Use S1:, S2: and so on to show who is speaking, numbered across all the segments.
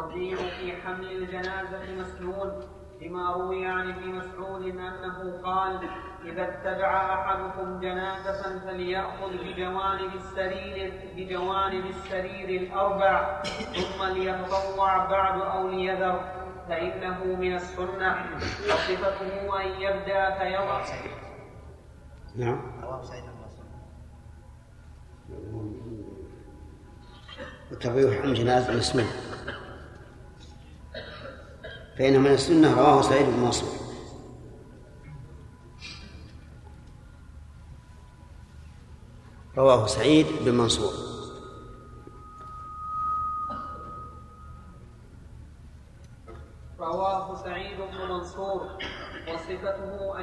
S1: والترجيح في حمل الجنازة مسنون لما روي عن ابن مسعود أنه قال إذا اتبع أحدكم جنازة فليأخذ بجوانب السرير الأربع ثم ليتطوع بعد أو ليذر فإنه من السنة. وصفته أن يبدأ فيضع.
S2: نعم. وترجيح عن جنازة مسنون فإنه من السنة. رواه سعيد بن منصور. رواه سعيد بن منصور.
S1: رواه سعيد بن منصور. وصفته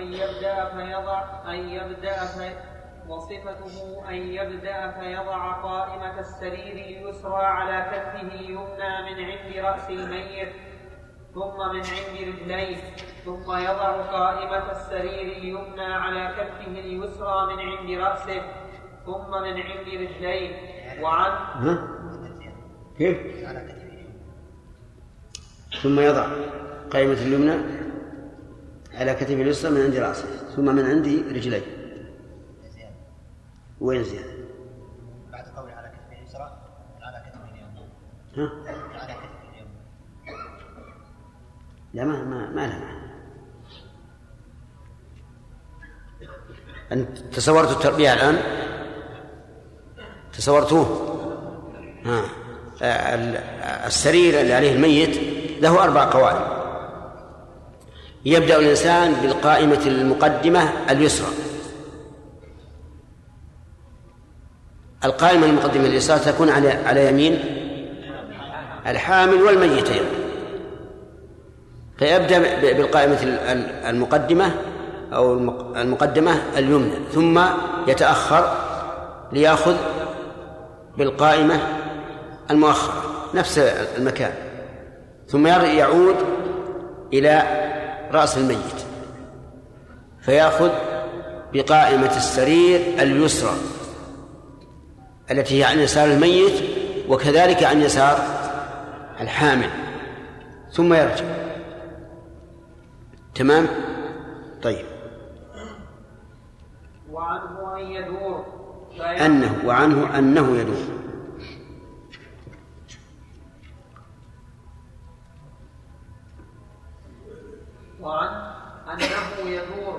S1: أن يبدأ فيضع قائمة السرير اليسرى على كفه اليمنى من عند رأس الميت ثم من عند رجليه ثم يضع قائمة السرير اليمنى على كفه اليسرى من عند رأسه ثم من عند رجليه.
S2: كيف؟ ثم يضع قائمة اليمنى على كتفه اليسرى من عند رأسه ثم من عند رجليه. وين زيادة؟
S3: بعد قول على كتفه اليسرى على كتفه اليمنى. على كتفه اليمنى.
S2: لا ما لها معنى. أنت تصورت التربية الآن؟ تصورتوه؟ السرير اللي عليه الميت له 4 قوائم. يبدأ الإنسان بالقائمة المقدمة اليسرى. القائمة المقدمة اليسرى تكون على يمين الحامل والميتين، فيبدأ بالقائمة المقدمة أو المقدمة اليمنى ثم يتأخر ليأخذ بالقائمة المؤخرة نفس المكان ثم يعود إلى رأس الميت فيأخذ بقائمة السرير اليسرى التي هي عن يسار الميت وكذلك عن يسار الحامل ثم يرجع. تمام؟ طيب.
S1: وعنه أن يدور
S2: وعنه أنه يدور.
S1: وعن أنه يدور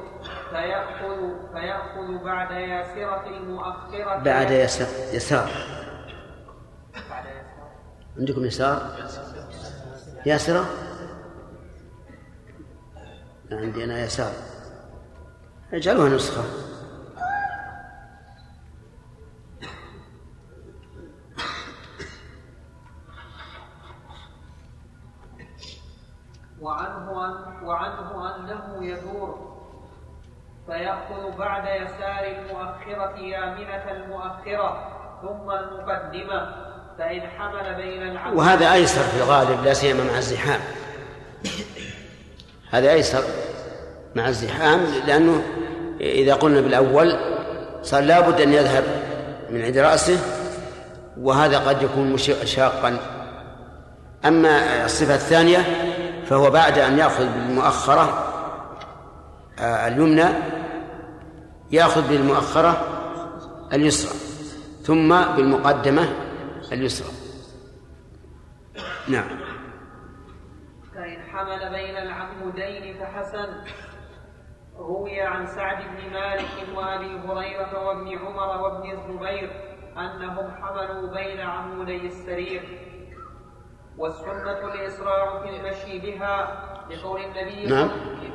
S1: فيأخذ بعد ياسرة المؤخرة.
S2: بعد يسار. عندكم يسار؟ ياسرة؟ عندي أنا يسار. اجعلوها نسخة.
S1: وعنه أنه يدور فيأخذ بعد يسار المؤخرة يامنة المؤخرة ثم المقدمة فإن حمل بين العمود.
S2: وهذا أيسر في الغالب لا سيما مع الزحام. هذا أيسر مع الزحام لأنه إذا قلنا بالأول صار لابد أن يذهب من عند رأسه وهذا قد يكون شاقا. أما الصفة الثانية فهو بعد أن يأخذ بالمؤخرة اليمنى يأخذ بالمؤخرة اليسرى ثم بالمقدمة اليسرى. نعم.
S1: فإن حمل بين العمودين فحسن. روي عن سعد بن مالك وأبي هريرة وابن عمر وابن الزبير أنهم حملوا بين عمودي السرير. والسنة الإسراع في المشي بها لقول النبي.
S2: نعم.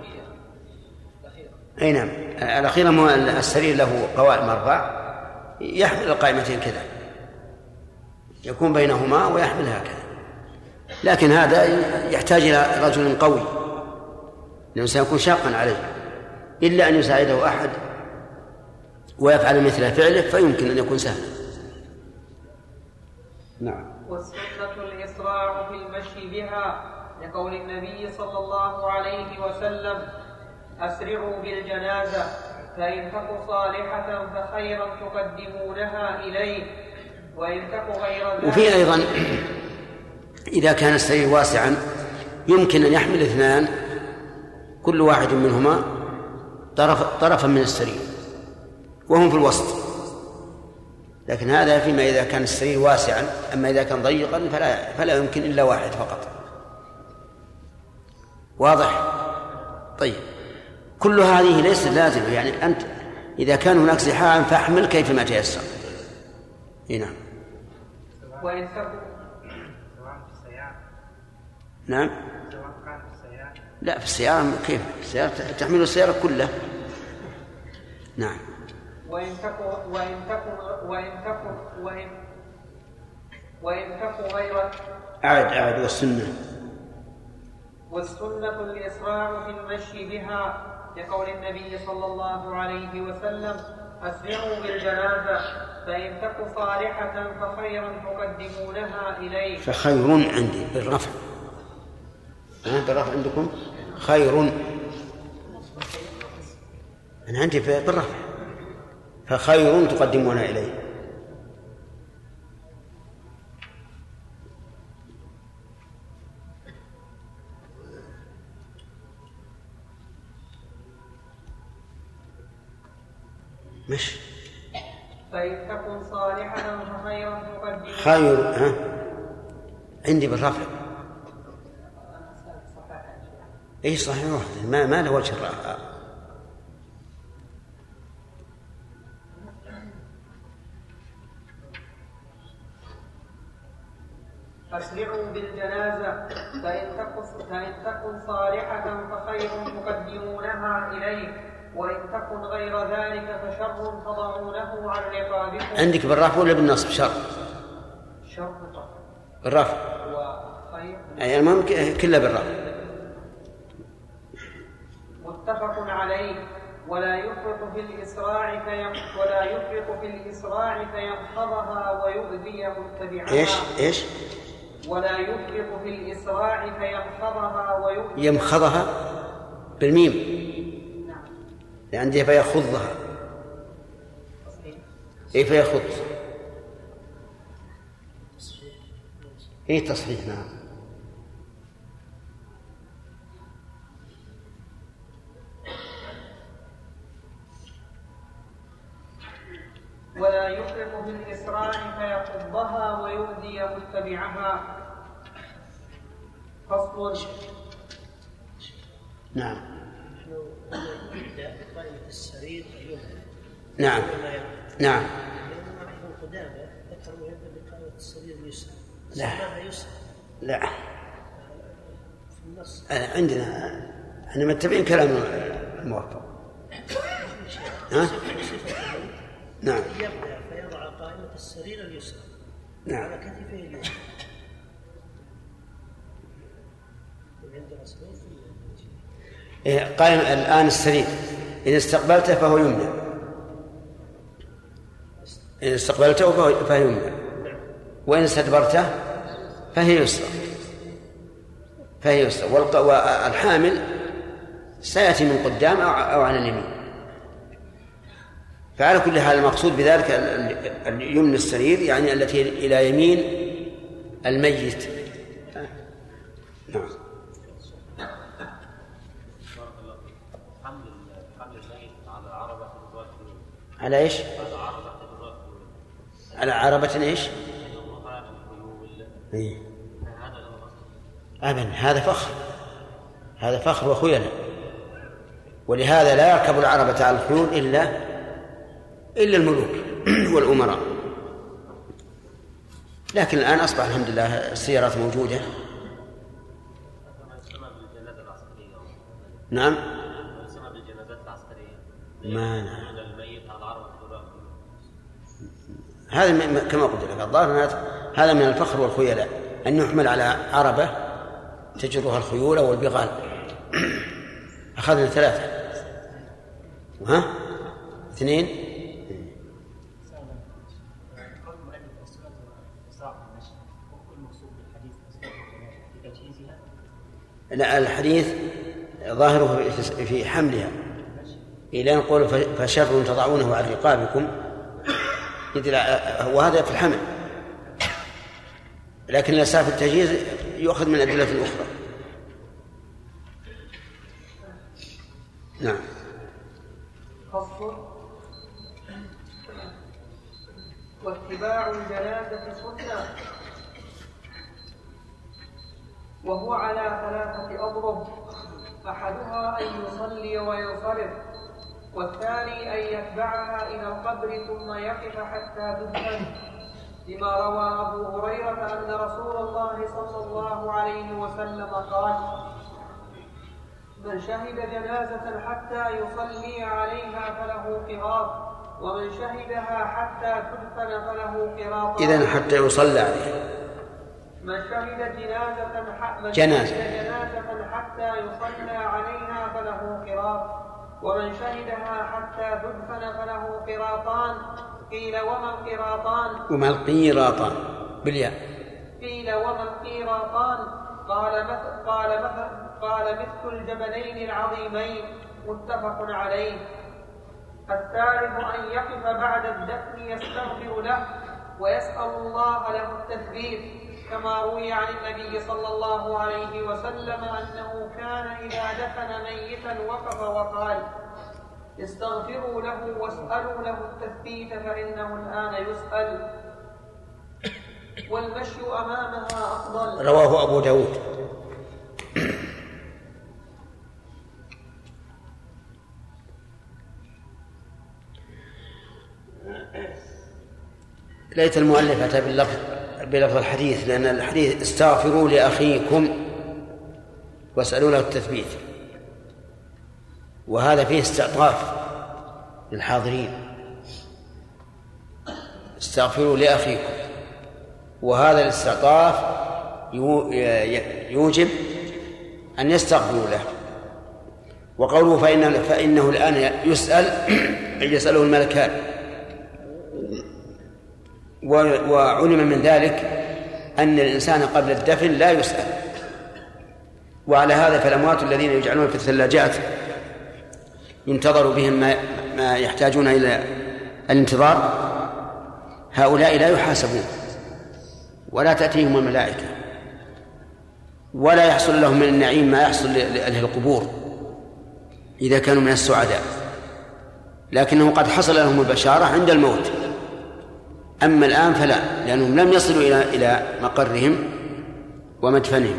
S2: أي نعم. الأخير السرير له قوائم 4 يحمل القائمتين كذا يكون بينهما ويحمل هكذا. لكن هذا يحتاج إلى رجل قوي لأنه سيكون شاقا عليه إلا أن يساعده أحد ويفعل مثل فعله فيمكن أن يكون سهلا. نعم.
S1: والسنة الإسراع في المشي بها لقول النبي صلى الله عليه وسلم أسرعوا بالجنازة فإن تك صالحة فخيرا تقدمونها إليه وإن تك غير ذلك.
S2: وفي أيضا إذا كان السرير واسعا يمكن أن يحمل اثنان كل واحد منهما طرفا من السرير وهم في الوسط، لكن هذا فيما إذا كان السرير واسعا. أما إذا كان ضيقا فلا يمكن إلا واحد فقط. واضح؟ طيب، كل هذه ليست لازمة، يعني أنت إذا كان هناك زحام فاحمل كيفما تيسر. نعم.
S1: وإن تكن
S2: نعم. لا، في السيارة كيف؟ السيارة تحمل السيارة كلها. نعم.
S1: وإن تكن غير
S2: أعد
S1: والسنة الإسراع في المشي بها، لقول النبي صلى الله عليه وسلم: أسرعوا بالجنازة فإن تك صالحة فخيرا تقدمونها إليه.
S2: فخير عندي بالرفع. بالرفع عندكم خير، أنا عندي بالرفع، فخير تقدمونها إليه. مش
S1: فإن تكن صالحة فخيرا تقدمونها.
S2: خير عندي بالرفع. اي صحيح، ما له وجه الرفع.
S1: أسرعوا بالجنازة فإن تكن صالحة فخير تقدمونها إليه، وإن تكن غير ذلك فشر تضعونه عن رقابكم.
S2: عندك بالرفع ولا بالنصب؟ شر بالرفع
S1: وخير
S2: أي المهم كله بالرفع.
S1: متفق عليه. ولا يفرط في الإسراع فينقضها ويؤذي متبعها.
S2: إيش؟
S1: ولا يفرط في الإسراع فينقضها ويؤذي.
S2: يمخضها بالميم.
S1: نعم.
S2: عندي فيخضها. فيخض. تصحيح. نعم.
S1: ولا يفرط في الإسراع فيقضها ويؤذي متبعها. فصل.
S2: نعم.
S3: قائمة السرير
S2: نعم. نعم.
S3: القدامى ذكروا بقائمة السرير اليسرى.
S2: لا.
S3: في النص
S2: عندنا احنا متبعين كلام الموفق. نعم.
S3: يبدأ فيضع قائمة السرير اليسرى على كتفه اليسرى.
S2: قائم الآن السرير إن استقبلته فهو يمنى، إن استقبلته فهو يمنى، وإن استدبرته فهي يسرى. والحامل سيأتي من قدام أو عن اليمين. فعلى كل حال المقصود بذلك اليمن السرير يعني التي إلى يمين الميت. نعم. على ايش؟ على عربة ايش؟ أبدا، هذا فخر وخيلة، ولهذا لا يركب العربة على الخيول إلا الملوك والأمراء. لكن الآن أصبح الحمد لله السيارات موجودة. نعم. ما هذا كما قلت لك الظاهر هذا من الفخر والخيلاء أن يحمل على عربة تجرها الخيول والبغال. أخذنا 3 2. لا، الحديث ظاهره في حملها إلى نقول فشر تضعونه عن رقابكم، وهذا في الحمل. لكن الإسراف في التجهيز يؤخذ من أدلة أخرى. نعم.
S1: فصل. واتباع الجنازة سنة، وهو على 3 أضرب: أحدها أن يصلي وينصرف، والثاني أن يتبعها إلى القبر ثم يقف حتى تدفن، لما روى أبو هريرة أن رسول الله صلى الله عليه وسلم قال: من شهد جنازة حتى يصلي عليها فله قراط، ومن شهدها حتى تدفن فله قراط.
S2: إذن حتى يصلى عليها.
S1: من شهد جنازة حتى يصلى عليها فله قراط، ومن شهدها حتى تدفن فله قراطان. قيل وما القراطان؟
S2: وما القيراطان بالياء.
S1: قيل وما القيراطان؟ قال مثل الجبلين العظيمين، متفق عليه. الثالث أن يقف بعد الدفن يستغفر له ويسأل الله له التثبيت، كما روي عن النبي صلى الله عليه وسلم أنه كان إذا دفن ميتا وقف وقال: استغفروا له واسألوا له التثبيت فإنه الآن يسأل. والمشي أمامها أفضل.
S2: رواه أبو داود. ليت المؤلف أتى بلفظ الحديث، لأن الحديث استغفروا لأخيكم واسألوا له التثبيت، وهذا فيه استعطاف للحاضرين. استغفروا لأخيكم، وهذا الاستعطاف يوجب أن يستغفروا له. وقوله فإنه الآن يسأله الملكان، وعلم من ذلك أن الإنسان قبل الدفن لا يسأل. وعلى هذا فالأموات الذين يجعلون في الثلاجات ينتظر بهم ما يحتاجون إلى الانتظار، هؤلاء لا يحاسبون ولا تأتيهم الملائكة، ولا يحصل لهم من النعيم ما يحصل لأهل القبور إذا كانوا من السعداء، لكنه قد حصل لهم البشارة عند الموت. أما الآن فلا، لأنهم لم يصلوا إلى مقرهم ومدفنهم.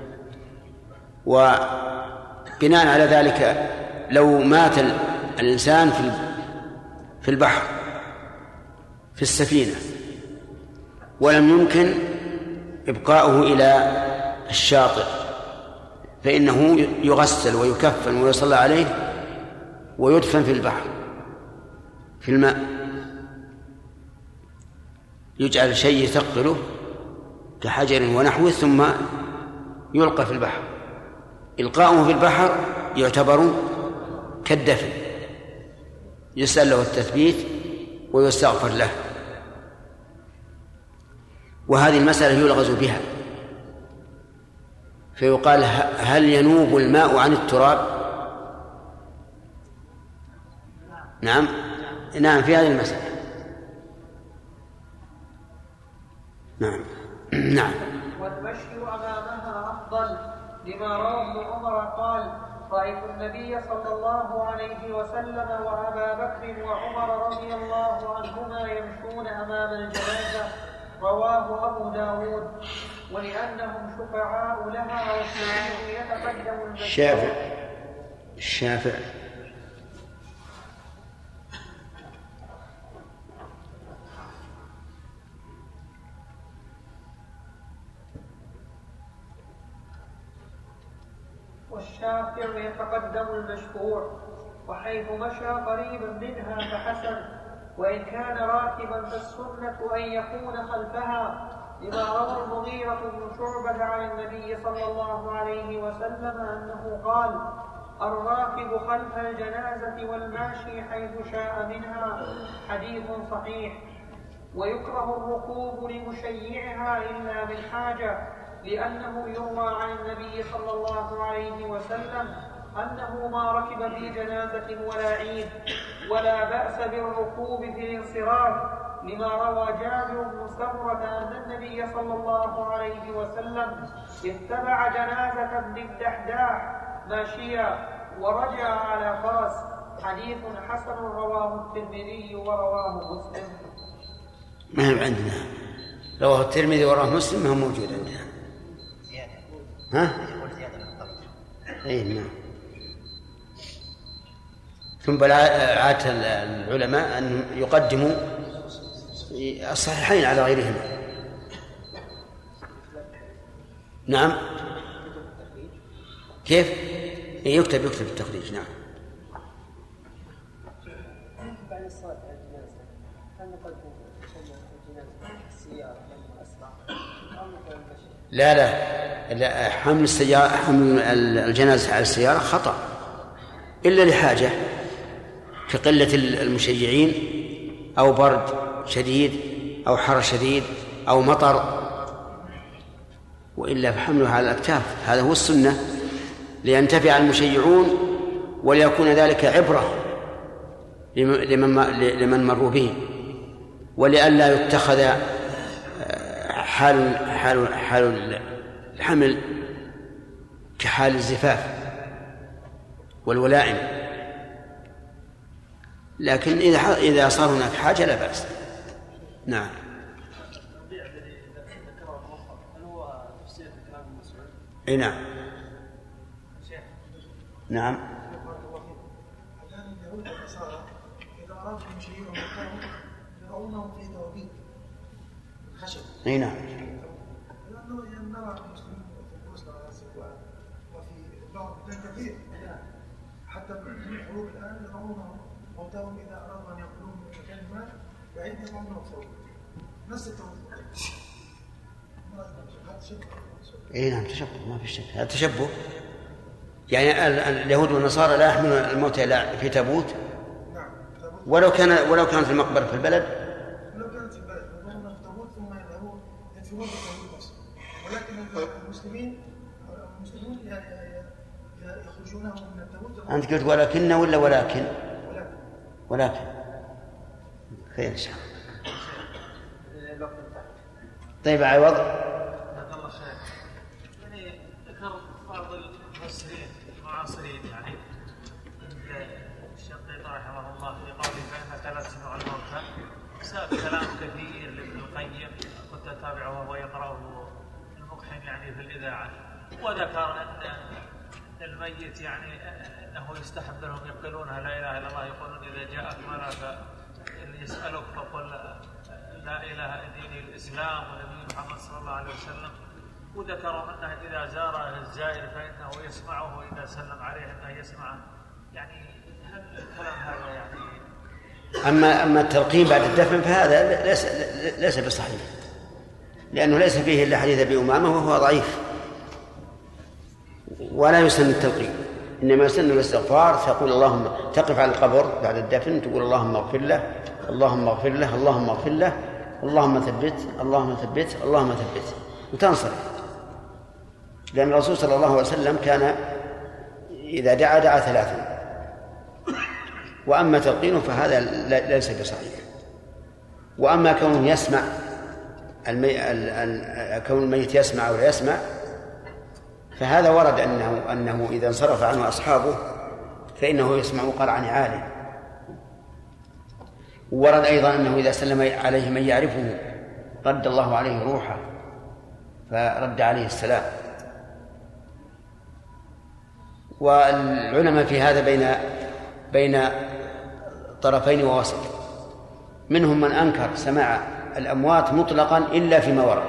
S2: وبناء على ذلك لو مات الإنسان في البحر في السفينة ولم يمكن إبقاؤه إلى الشاطئ، فإنه يغسل ويكفن ويصلى عليه ويدفن في البحر في الماء، يجعل شيء يثقله كحجر ونحوه ثم يلقى في البحر. إلقاؤه في البحر يعتبر كالدفن، يسأل له التثبيت ويستغفر له. وهذه المسألة يلغز بها، فيقال هل ينوب الماء عن التراب؟ نعم في هذه المسألة. نعم.
S1: والمشي أمامها أفضل، لما روى ابن عمر قال: رأيت النبي صلى الله عليه وسلم وأبا بكر وعمر رضي الله عنهما يمشون أمام الجنازة. رواه أبو داود. ولأنهم شفعاء لها والشفيع يتقدم المشي.
S2: الشافع
S1: والشافع يتقدم المشفوع، وحيث مشى قريبا منها فحسن، وإن كان راكبا فالسنة أن يكون خلفها، لما روى المغيرة بن شعبة عن النبي صلى الله عليه وسلم أنه قال: الراكب خلف الجنازة والماشي حيث شاء منها. حديث صحيح. ويكره الركوب لمشيعها إلا بالحاجة، لأنه يروى عن النبي صلى الله عليه وسلم أنه ما ركب في جنازة ولا عيد، ولا بأس بالركوب في الانصراف، لما روى جابر بن سمرة أن النبي صلى الله عليه وسلم اتبع جنازة ابن الدحداح ماشيا ورجع على فرس. حديث حسن رواه الترمذي ورواه مسلم.
S2: ما هي عندنا، رواه الترمذي ورواه مسلم، ما هو موجود عندنا.
S3: زيادة.
S2: ها؟
S3: يقول زيادة من الضبط.
S2: أي نعم. ثم عادة العلماء أن يقدموا الصحيحين على غيرهما. نعم. كيف؟ يكتب التخريج. نعم.
S4: بعد الصلاة على الجنازة هل نقدم الجنازة السيارة أسرع أو نقدم المشي؟
S2: لا، حمل الجنازة على السيارة خطأ إلا لحاجة كقلة المشيعين أو برد شديد أو حر شديد أو مطر، وإلا فحملها على الأكتاف هذا هو السنة لينتفع المشيعون وليكون ذلك عبرة لمن مروا به، ولئلا يتخذ حال الحمل كحال الزفاف والولائم. لكن إذا صار هناك حاجة لا بأس. نعم. اي نعم. نعم.
S5: الآن اليهود والنصارى إذا أرادوا أن يشيعوا موتاهم يضعونهم في دوابين الخشب.
S2: اي نعم.
S5: لأنه نرى المسلمين في البوسنة وفي بعض البلدان كثير حتى من الحروب الآن يضعونهم موتاهم إذا أرادوا أن يأكلون من مكان ما بعيد يضعونهم فوق نفس التوظيف.
S2: اي نعم تشبه، ما في شك، هذا تشبه. يعني اليهود والنصارى لا يحملون الموتى إلا في تابوت.
S5: نعم.
S2: ولو كانت المقبرة في البلد.
S5: ولو كانت في البلد يضعونها في تابوت ثم يذهبون يدفنون في التابوت نفسه. ولكن المسلمون يخرجونهم من التابوت.
S2: أنت قلت ولكن ولا ولكن؟ ولكن. خير إن شاء الله. طيب عوض.
S6: يعني ذكر بعض المفسرين المعاصرين يعني الشنقيطي رحمه الله في قوله فإنك لا تسمع الموتى ساب كلام كثير لابن القيم كنت أتابعه وهو يقرأه المقحم يعني في الإذاعة، وذكر أن الميت يعني أنه يستحب لهم يقولونها لا إله إلا الله، يقولون إذا جاءك ملك يسألك فقل لا إله إلا الإسلام ونبي محمد صلى الله عليه وسلم، وذكروا أنه إذا زار الزائر فإنه يسمعه وإذا سلم عليه أنه يسمعه. يعني هل الكلام هذا يعني
S2: أما التلقين بعد الدفن فهذا ليس بصحيح، لأنه ليس فيه إلا حديث أبي أمامة وهو ضعيف، ولا يسن التلقين، إنما يسن الاستغفار. تقول اللهم، تقف على القبر بعد الدفن تقول اللهم اغفر له، اللهم اغفر له، اللهم اغفر له، اللهم ثبت، اللهم ثبت، اللهم ثبت، وتنصرف. لأن الرسول صلى الله عليه وسلم كان إذا دعا 3. وأما تلقينه فهذا ليس بصحيح. وأما كونه يسمع كون الميت يسمع أو لا يسمع فهذا ورد أنه إذا انصرف عنه أصحابه فإنه يسمع قرع نعاله. وورد أيضا أنه إذا سلم عليه من يعرفه رد الله عليه روحه فرد عليه السلام. والعلماء في هذا بين طرفين ووسط، منهم من أنكر سماع الأموات مطلقا إلا فيما ورد،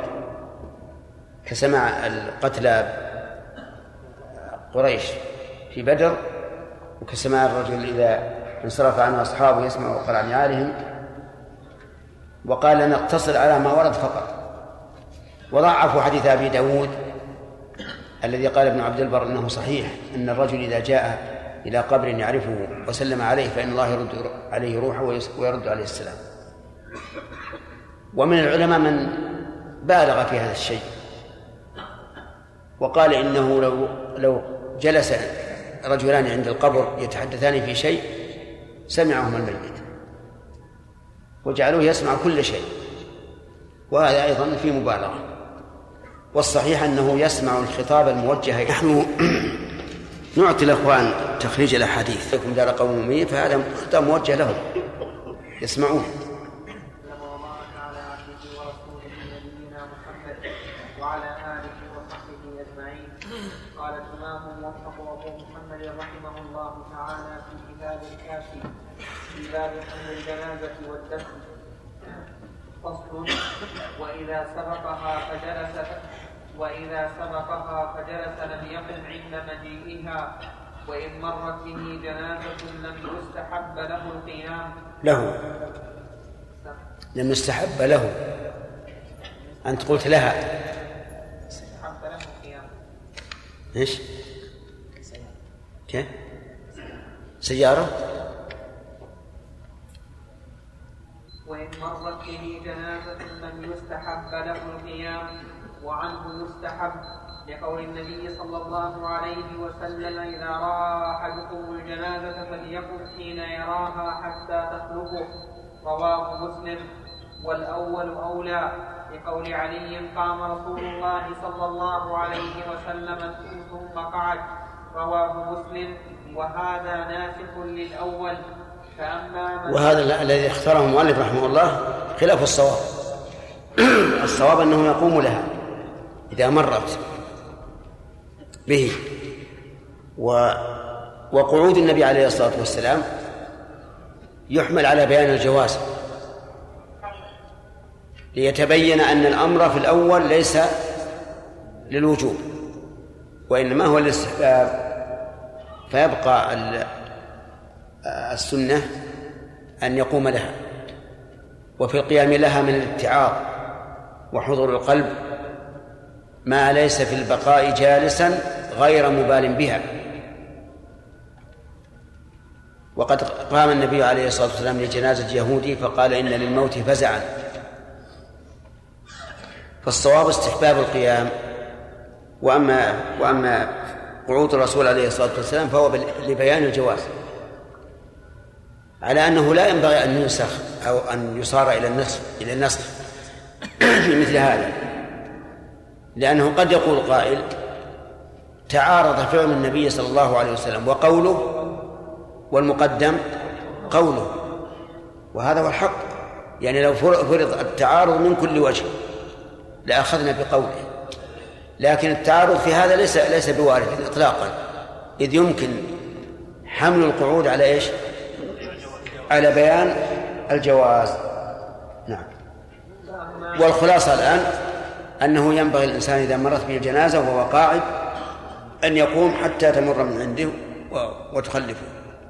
S2: كسماع القتلى قريش في بدر، وكسماع الرجل إذا انصرف عنه أصحابه يسمع قرع نعالهم، وقال نقتصر على ما ورد فقط. وضعفوا حديث أبي داود الذي قال ابن عبد البر إنه صحيح، أن الرجل إذا جاء إلى قبر يعرفه وسلم عليه فإن الله يرد عليه روحه ويرد عليه السلام. ومن العلماء من بالغ في هذا الشيء وقال إنه لو جلس رجلان عند القبر يتحدثان في شيء سمعهما الميت، وجعلوه يسمع كل شيء، وهذا أيضا في مبالغة. والصحيح أنه يسمع الخطاب الموجه. نحن نعطي الأخوان تخريج الأحاديث، لكم دار قوم مؤمنين، فهذا خطاب موجه لهم يسمعون.
S1: على عبده ورسوله نبينا محمد وعلى آله وصحبه أجمعين. قال الإمام الموفق أبو محمد رحمه الله تعالى في كتاب الكافي في باب حمل الجنازة والدفن: فصل: وإذا سبقها فجلس لم يقم عند مجيئها، وإن مرت به جنازة لم يستحب له القيام.
S2: لم يستحب له. أنت قلت لها
S1: يستحب له القيام.
S2: إيش؟ كيف؟ سيارة؟
S1: وإن مرت به جنازة لم يستحب له القيام، وعنه يستحب لقول النبي صلى الله عليه وسلم: إذا رأى أحدكم الجنازة فليقم حين يراها حتى تخلفه. رواه مسلم. والأول أولى لقول علي: قام رسول الله صلى الله عليه وسلم ثم قعد. رواه مسلم. وهذا ناسخ للأول.
S2: وهذا الذي اختاره المؤلف رحمه الله خلاف الصواب. الصواب أنه يقوم لها إذا مرت به. وقعود النبي عليه الصلاة والسلام يحمل على بيان الجواز، ليتبين أن الأمر في الأول ليس للوجوب وإنما هو للاستحباب، فيبقى السنة أن يقوم لها. وفي القيام لها من الاتعاظ وحضور القلب ما ليس في البقاء جالسا غير مبال بها. وقد قام النبي عليه الصلاة والسلام لجنازة يهودي فقال: إن للموت فزعا. فالصواب استحباب القيام. وأما قعود الرسول عليه الصلاة والسلام فهو لبيان الجواز، على أنه لا ينبغي أن ينسخ أو أن يصار إلى النسخ في مثل هذا، لأنه قد يقول قائل: تعارض فعل النبي صلى الله عليه وسلم وقوله، والمقدم قوله، وهذا هو الحق. يعني لو فرض التعارض من كل وجه لأخذنا بقوله، لكن التعارض في هذا ليس بوارد إطلاقا، إذ يمكن حمل القعود على إيش؟ على بيان الجواز. نعم. والخلاصة الآن أنه ينبغي الإنسان إذا مرت به الجنازة وهو قاعد أن يقوم حتى تمر من عنده وتخلفه.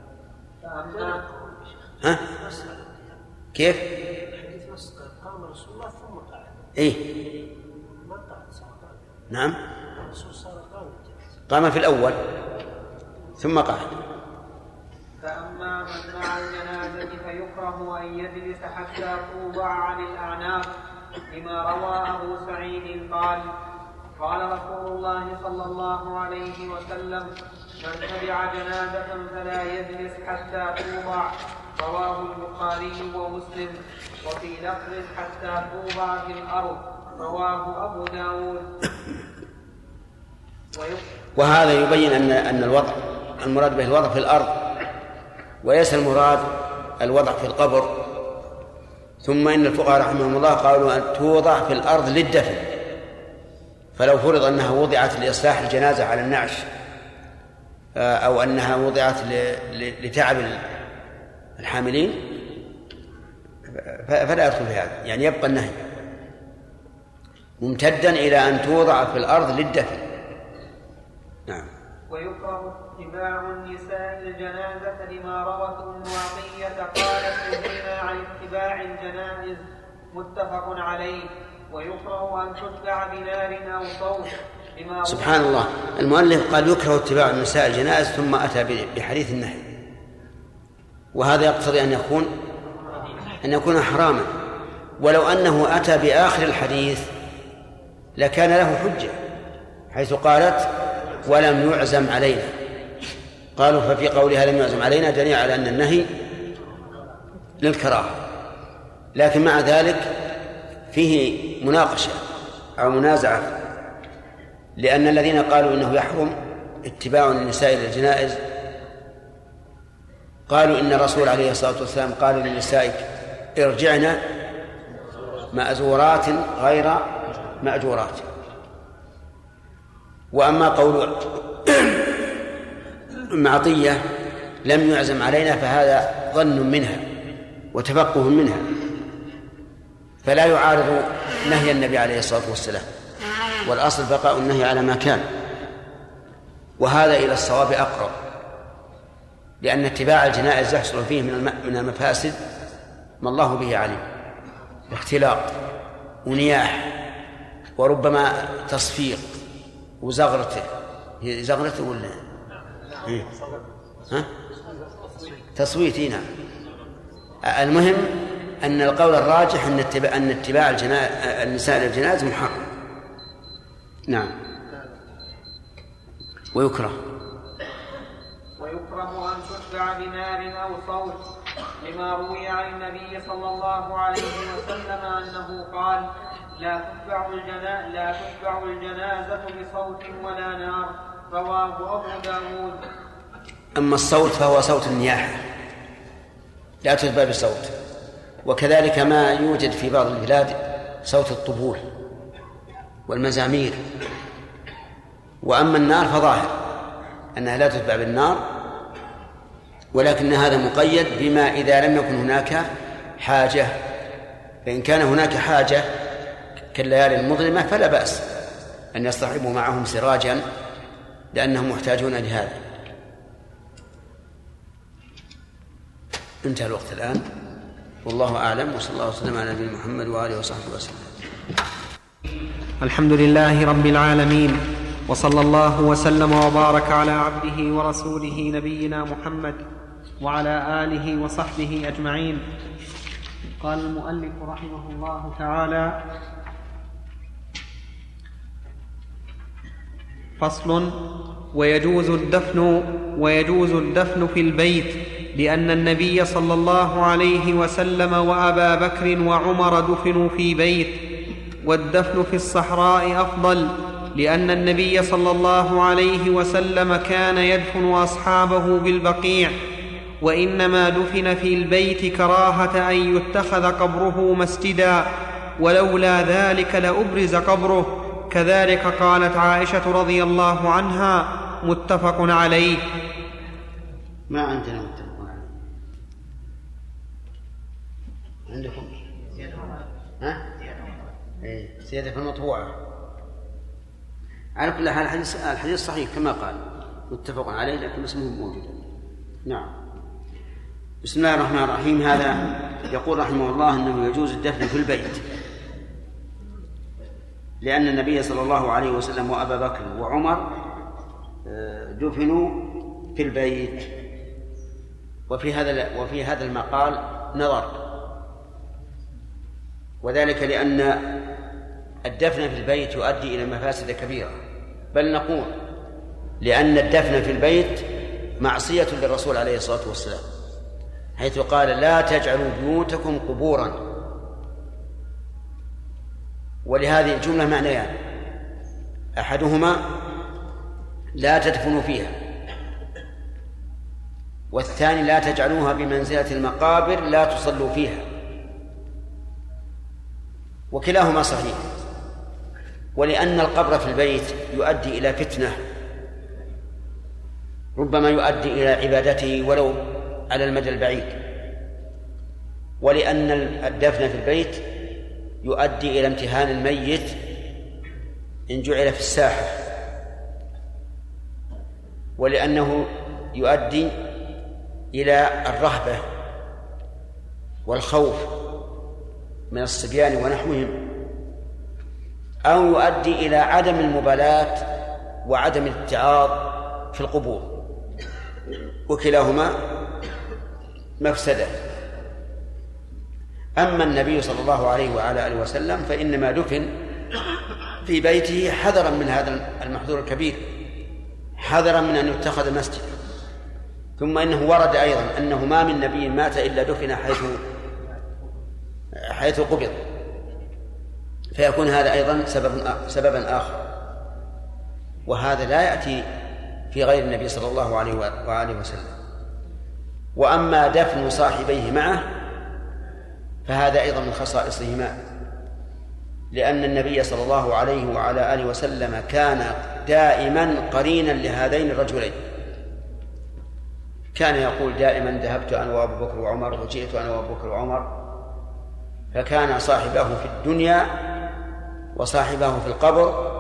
S2: ها؟ كيف؟
S4: قام رسول الله ثم قعد.
S2: إيه؟
S4: ما قعد صار.
S2: نعم.
S4: الرسول صار
S2: قام في الأول ثم قعد.
S1: فأما من مع الجنازة فيكره أن يجلس حتى توضع عن الأعناق، لما روى أبو سعيد قال: قال رسول الله صلى الله عليه وسلم: من تبع جنازة فلا يجلس حتى توضع. رواه البخاري ومسلم. وفي لفظ: حتى توضع في الأرض. رواه أبو داود.
S2: وهذا يبين أن الوضع المراد به الوضع في الأرض، وليس المراد الوضع في القبر. ثم إن الفقهاء رحمهم الله قالوا أن توضع في الأرض للدفن، فلو فرض أنها وضعت لإصلاح الجنازة على النعش أو أنها وضعت لتعب الحاملين فلا يدخل في هذا، يعني يبقى النهي ممتدا إلى أن توضع في الأرض للدفن. نعم.
S1: ويكره اتباع النساء الجنازة لما روت أم عطية قالت: نهينا عن اتباع الجنائز. متفق عليه. ويكره أن تتبع بنار أو صوت.
S2: سبحان الله، المؤلف قال يكره اتباع النساء الجنائز ثم أتى بحديث النهي، وهذا يقتضي أن يكون حراما. ولو أنه أتى بآخر الحديث لكان له حجة، حيث قالت: ولم يعزم علينا. قالوا ففي قولها لم يعزم علينا دليل على أن النهي للكراهة. لكن مع ذلك فيه مناقشة أو منازعة، لأن الذين قالوا إنه يحرم اتباع النساء للجنائز قالوا إن الرسول عليه الصلاة والسلام قال للنساء ارجعن مأزورات غير مأجورات. وأما قول معطية لم يعزم علينا فهذا ظن منها وتفقه منها، فلا يعارض نهي النبي عليه الصلاة والسلام، والأصل بقاء النهي على ما كان، وهذا إلى الصواب أقرب، لأن اتباع الجنائز يحصل فيه من المفاسد ما الله به عليم، اختلاط ونياح وربما تصفيق وزغرته. هي زغرته ولا تصويت؟ نعم. المهم أن القول الراجح أن اتباع النساء للجنائز محرم. نعم. ويكره
S1: أن تتبع بنار أو صوت، لما روي عن النبي صلى الله عليه وسلم أنه قال: لا تتبع الجنازة بصوت ولا نار. رواه أبو داود.
S2: أما الصوت فهو صوت النياحة، لا تتبع بصوت، وكذلك ما يوجد في بعض البلاد صوت الطبول والمزامير. وأما النار فظاهر أنها لا تتبع بالنار، ولكن هذا مقيد بما إذا لم يكن هناك حاجة، فإن كان هناك حاجة كالليالي المظلمة فلا بأس أن يصطحبوا معهم سراجا لأنهم محتاجون لهذا. انتهى الوقت الآن، والله أعلم، وصلى الله وسلم على نبينا محمد وآله وصحبه وسلم.
S7: الحمد لله رب العالمين، وصلى الله وسلم وبارك على عبده ورسوله نبينا محمد وعلى آله وصحبه أجمعين. قال المؤلف رحمه الله تعالى: فصل: ويجوز الدفن في البيت، لأن النبي صلى الله عليه وسلم وأبا بكر وعمر دفنوا في بيت، والدفن في الصحراء أفضل، لأن النبي صلى الله عليه وسلم كان يدفن أصحابه بالبقيع، وإنما دفن في البيت كراهة أن يتخذ قبره مسجدا، ولولا ذلك لأبرز قبره. كذلك قالت عائشة رضي الله عنها. متفق عليه.
S2: ما عندنا متفق عليه. عندكم زيادة في المطبوعة. على كل حال الحديث صحيح كما قال، متفق عليه، لكن اسمه موجود. نعم. بسم الله الرحمن الرحيم. هذا يقول رحمه الله أنه يجوز الدفن في البيت، لأن النبي صلى الله عليه وسلم وأبا بكر وعمر دفنوا في البيت. وفي هذا المقال نظر، وذلك لأن الدفن في البيت يؤدي إلى مفاسد كبيرة، بل نقول لأن الدفن في البيت معصية للرسول عليه الصلاة والسلام، حيث قال: لا تجعلوا بيوتكم قبورا. ولهذه الجملة معنيان: أحدهما لا تدفنوا فيها، والثاني لا تجعلوها بمنزلة المقابر، لا تصلوا فيها. وكلاهما صحيح. ولأن القبر في البيت يؤدي إلى فتنة، ربما يؤدي إلى عبادته ولو على المدى البعيد. ولأن الدفن في البيت يؤدي إلى امتهان الميت إن جعل في الساحة، ولأنه يؤدي إلى الرهبة والخوف من الصبيان ونحوهم، أو يؤدي إلى عدم المبالاة وعدم الاتعاظ في القبور، وكلاهما مفسدة. أما النبي صلى الله عليه وعلى آله وسلم فإنما دفن في بيته حذرا من هذا المحذور الكبير، حذرا من أن يتخذ مسجد. ثم إنه ورد أيضا أنه ما من نبي مات إلا دفن حيث قبض، فيكون هذا أيضا سببا آخر، وهذا لا يأتي في غير النبي صلى الله عليه وآله وسلم. وأما دفن صاحبيه معه فهذا أيضا من خصائصهما، لأن النبي صلى الله عليه وعلى آله وسلم كان دائما قرينا لهذين الرجلين، كان يقول دائما ذهبت أنا وأبو بكر وعمر وجئت أنا وأبو بكر وعمر، فكان صاحبه في الدنيا وصاحبه في القبر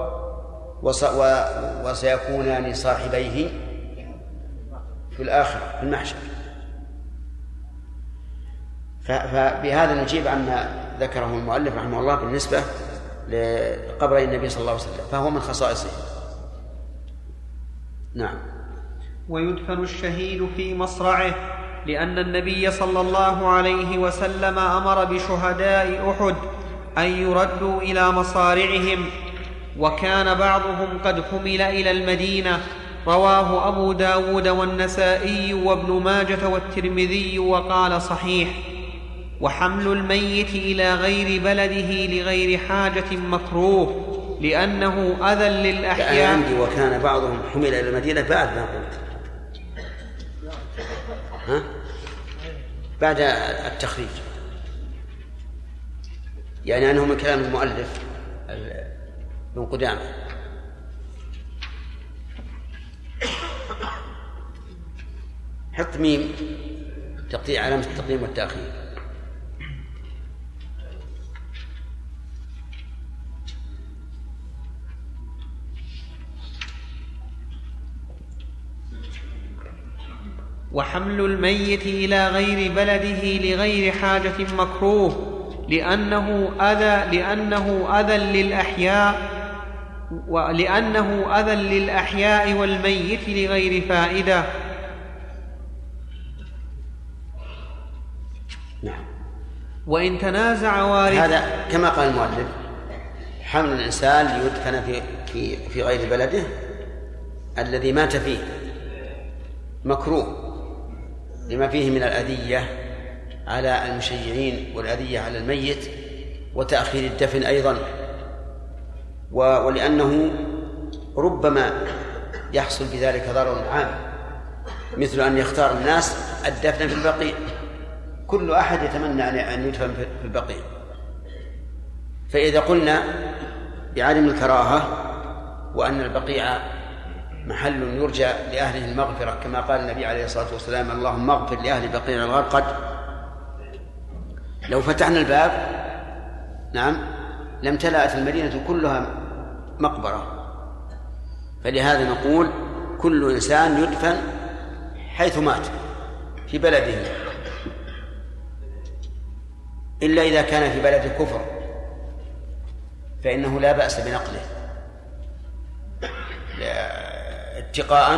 S2: وسيكونان صاحبيه في الآخرة في المحشر. فبهذا نجيب عما ذكره المؤلف رحمه الله بالنسبة لقبر النبي صلى الله عليه وسلم، فهو من خصائصه. نعم.
S7: ويدفن الشهيد في مصرعه، لأن النبي صلى الله عليه وسلم أمر بشهداء أحد أن يردوا إلى مصارعهم، وكان بعضهم قد حمل إلى المدينة. رواه أبو داود والنسائي وابن ماجة والترمذي وقال صحيح. وحمل الميت إلى غير بلده لغير حاجة مكروه، لأنه أذى للأحياء.
S2: عندي وكان بعضهم حمل إلى المدينة بعد ما قلت بعد التخريج، يعني أنه من كلام المؤلف ابن قدامة. حط ميم تقطيع علامة التقديم والتأخير.
S7: وحمل الميت إلى غير بلده لغير حاجة مكروه، لأنه أذى للأحياء والميت لغير فائدة.
S2: نعم.
S7: وإن تنازع وارث،
S2: هذا كما قال المؤلف حمل الإنسان ليدفن في غير بلده الذي مات فيه مكروه، لما فيه من الأذية على المشيعين والأذية على الميت وتأخير الدفن أيضا، ولأنه ربما يحصل بذلك ضرر عام، مثل أن يختار الناس الدفن في البقيع، كل أحد يتمنى أن يدفن في البقيع. فإذا قلنا بعدم الكراهة وأن البقيع محل يرجى لأهله المغفرة كما قال النبي عليه الصلاة والسلام اللهم اغفر لأهل بقيع الغرقد، لو فتحنا الباب نعم لامتلأت المدينة كلها مقبرة. فلهذا نقول كل إنسان يدفن حيث مات في بلده، إلا إذا كان في بلد الكفر فإنه لا بأس بنقله اتقاء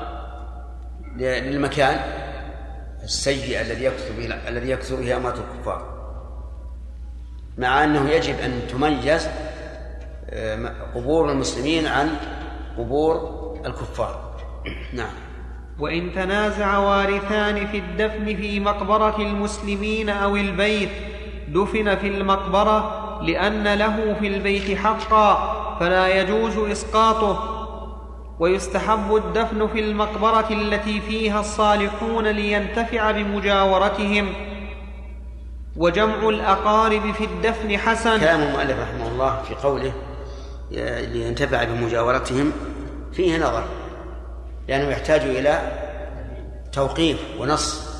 S2: للمكان السيء الذي يكثر به أموات الكفار، مع أنه يجب أن تميز قبور المسلمين عن قبور الكفار. نعم.
S7: وإن تنازع وارثان في الدفن في مقبرة المسلمين أو البيت دفن في المقبرة، لأن له في البيت حقا فلا يجوز إسقاطه. ويستحب الدفن في المقبرة التي فيها الصالحون لينتفع بمجاورتهم. وجمع الأقارب في الدفن حسن.
S2: كلام المؤلف رحمه الله في قوله لينتفع بمجاورتهم فيه نظر، لأنه يحتاج إلى توقيف ونص.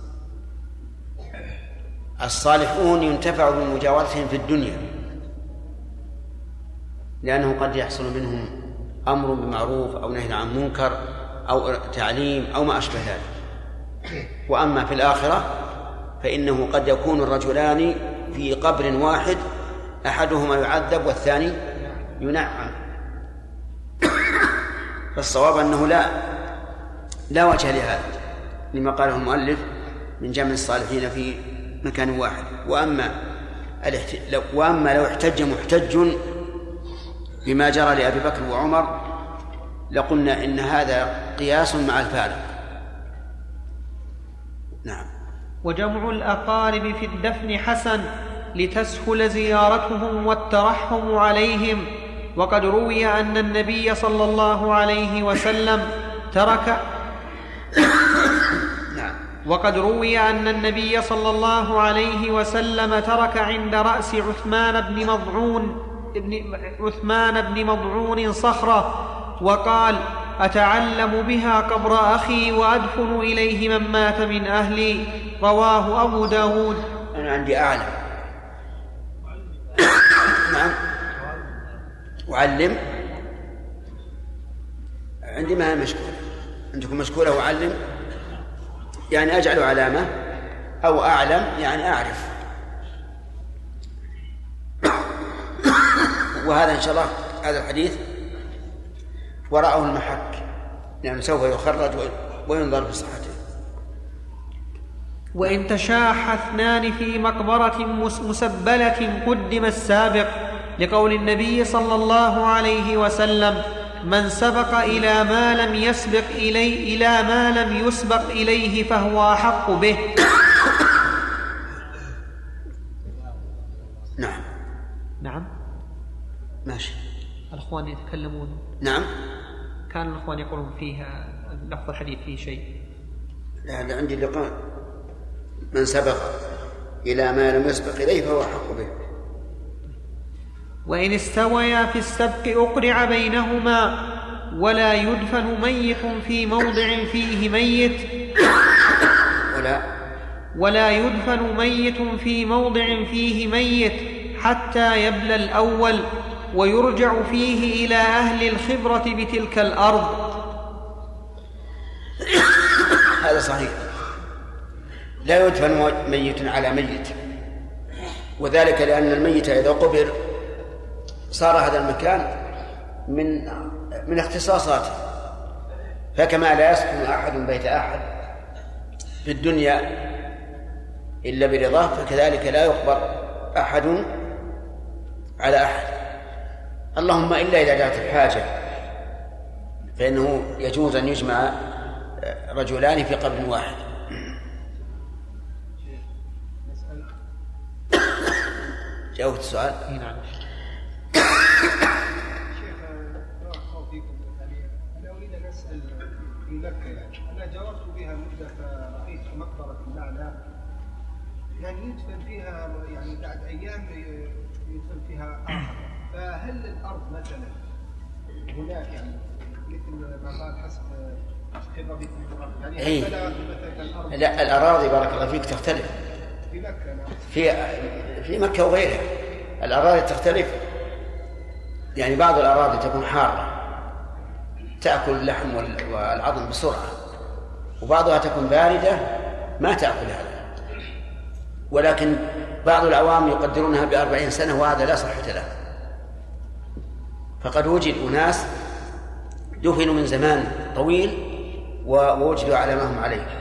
S2: الصالحون ينتفع بمجاورتهم في الدنيا، لأنه قد يحصل منهم أمر بمعروف أو نهي عن منكر أو تعليم أو ما أشبه ذلك. وأما في الآخرة فإنه قد يكون الرجلان في قبر واحد أحدهما يعذب والثاني ينعم. فالصواب أنه لا وجه لهذا لما قاله المؤلف من جمع الصالحين في مكان واحد. وأما لو احتج محتج بما جرى لأبي بكر وعمر لقلنا إن هذا قياس مع الفارق. نعم.
S7: وجمع الأقارب في الدفن حسن، لتسهل زيارتهم والترحم عليهم. وقد روي أن النبي صلى الله عليه وسلم ترك عند رأس عثمان بن مضعون صخرة وقال: أتعلم بها قبر أخي وأدفن إليه من مات من أهلي. رواه أبو داود.
S2: أنا عندي أعلم. نعم. وعلم عندي ما مشكولة. عندكم مشكولة وعلم يعني أجعل علامة، أو أعلم يعني أعرف. وهذا إن شاء الله هذا الحديث وراءه المحك، لأنه سوف يخرج وينظر في صحته.
S7: وإن تشاح اثنان في مقبرة مسبلة قدم السابق، لقول النبي صلى الله عليه وسلم: من سبق إلى ما لم يسبق إليه فهو أحق به.
S2: نعم ماشي.
S7: الأخوان يتكلمون.
S2: نعم.
S7: كان الأخوان يقولون فيها لفظ الحديث فيه شيء.
S2: لا عندي لقاء من سبق إلى ما لم يسبق إليه فهو أحق به.
S7: وإن استويا في السبق أقرع بينهما، ولا يدفن ميت في موضع فيه ميت ولا يدفن ميت في موضع فيه ميت حتى يبلى الأول، ويرجع فيه إلى أهل الخبرة بتلك الأرض.
S2: هذا صحيح. لا يدفن ميت على ميت، وذلك لأن الميت إذا قبر صار هذا المكان من اختصاصاته، فكما لا يسكن أحد بيت أحد في الدنيا إلا برضاه، فكذلك لا يقبر أحد على أحد، اللهم إلا إذا جاءت الحاجة، فإنه يجوز أن يجمع رجلان في قبر واحد. جاوبت السؤال؟
S8: نعم. أنا أريد أن أسأل في مكة، أنا جاورت بها مدة فرأيت مقبرة الأعلى يدفن فيها بعد أيام يدفن فيها آخر، فهل الأرض مثلا هناك مثل ما قال حسب خبرة
S2: لا الأراضي بارك الله فيك تختلف
S8: في مكة. نعم.
S2: في مكة وغيرها الأراضي تختلف، بعض الأراضي تكون حارة تأكل اللحم والعظم بسرعة، وبعضها تكون باردة ما تأكل هذا، ولكن بعض العوام يقدرونها ب40 سنة، وهذا لا صحة له. فقد وجد أناس دفنوا من زمان طويل ووجدوا على ما هم عليه،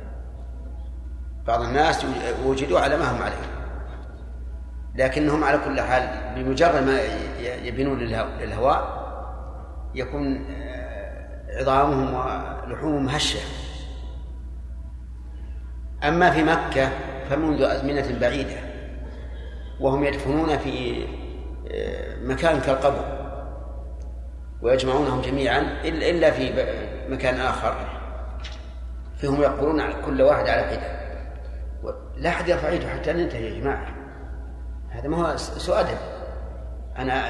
S2: بعض الناس وجدوا على ما هم عليه، لكنهم على كل حال بمجرد ما يبنون للهواء يكون عظامهم ولحومهم هشة. أما في مكة فمنذ أزمنة بعيدة وهم يدفنون في مكان كالقبر ويجمعونهم جميعا إلا في مكان آخر، فهم يقولون كل واحد على حدة، لا أحد يرفع يده حتى ننتهي يا جماعة. هذا ما هو سؤال. أنا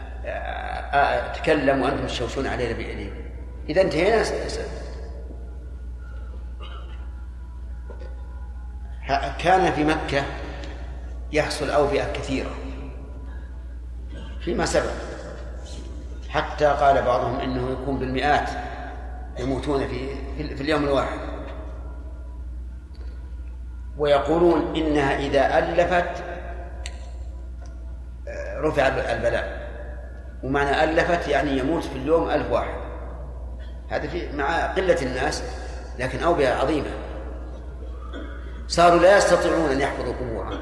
S2: أتكلم وأنتم تشوشون علينا بإيديكم. إذا انتهينا كان في مكة يحصل أوبئة كثيرة فيما سبق، حتى قال بعضهم إنه يكون بالمئات يموتون في اليوم الواحد، ويقولون إنها إذا ألفت رفع البلاء، ومعنى ألفت يموت في اليوم 1000 واحد. هذا مع قلة الناس، لكن أوبئة عظيمة، صاروا لا يستطيعون أن يحفظوا قبورهم،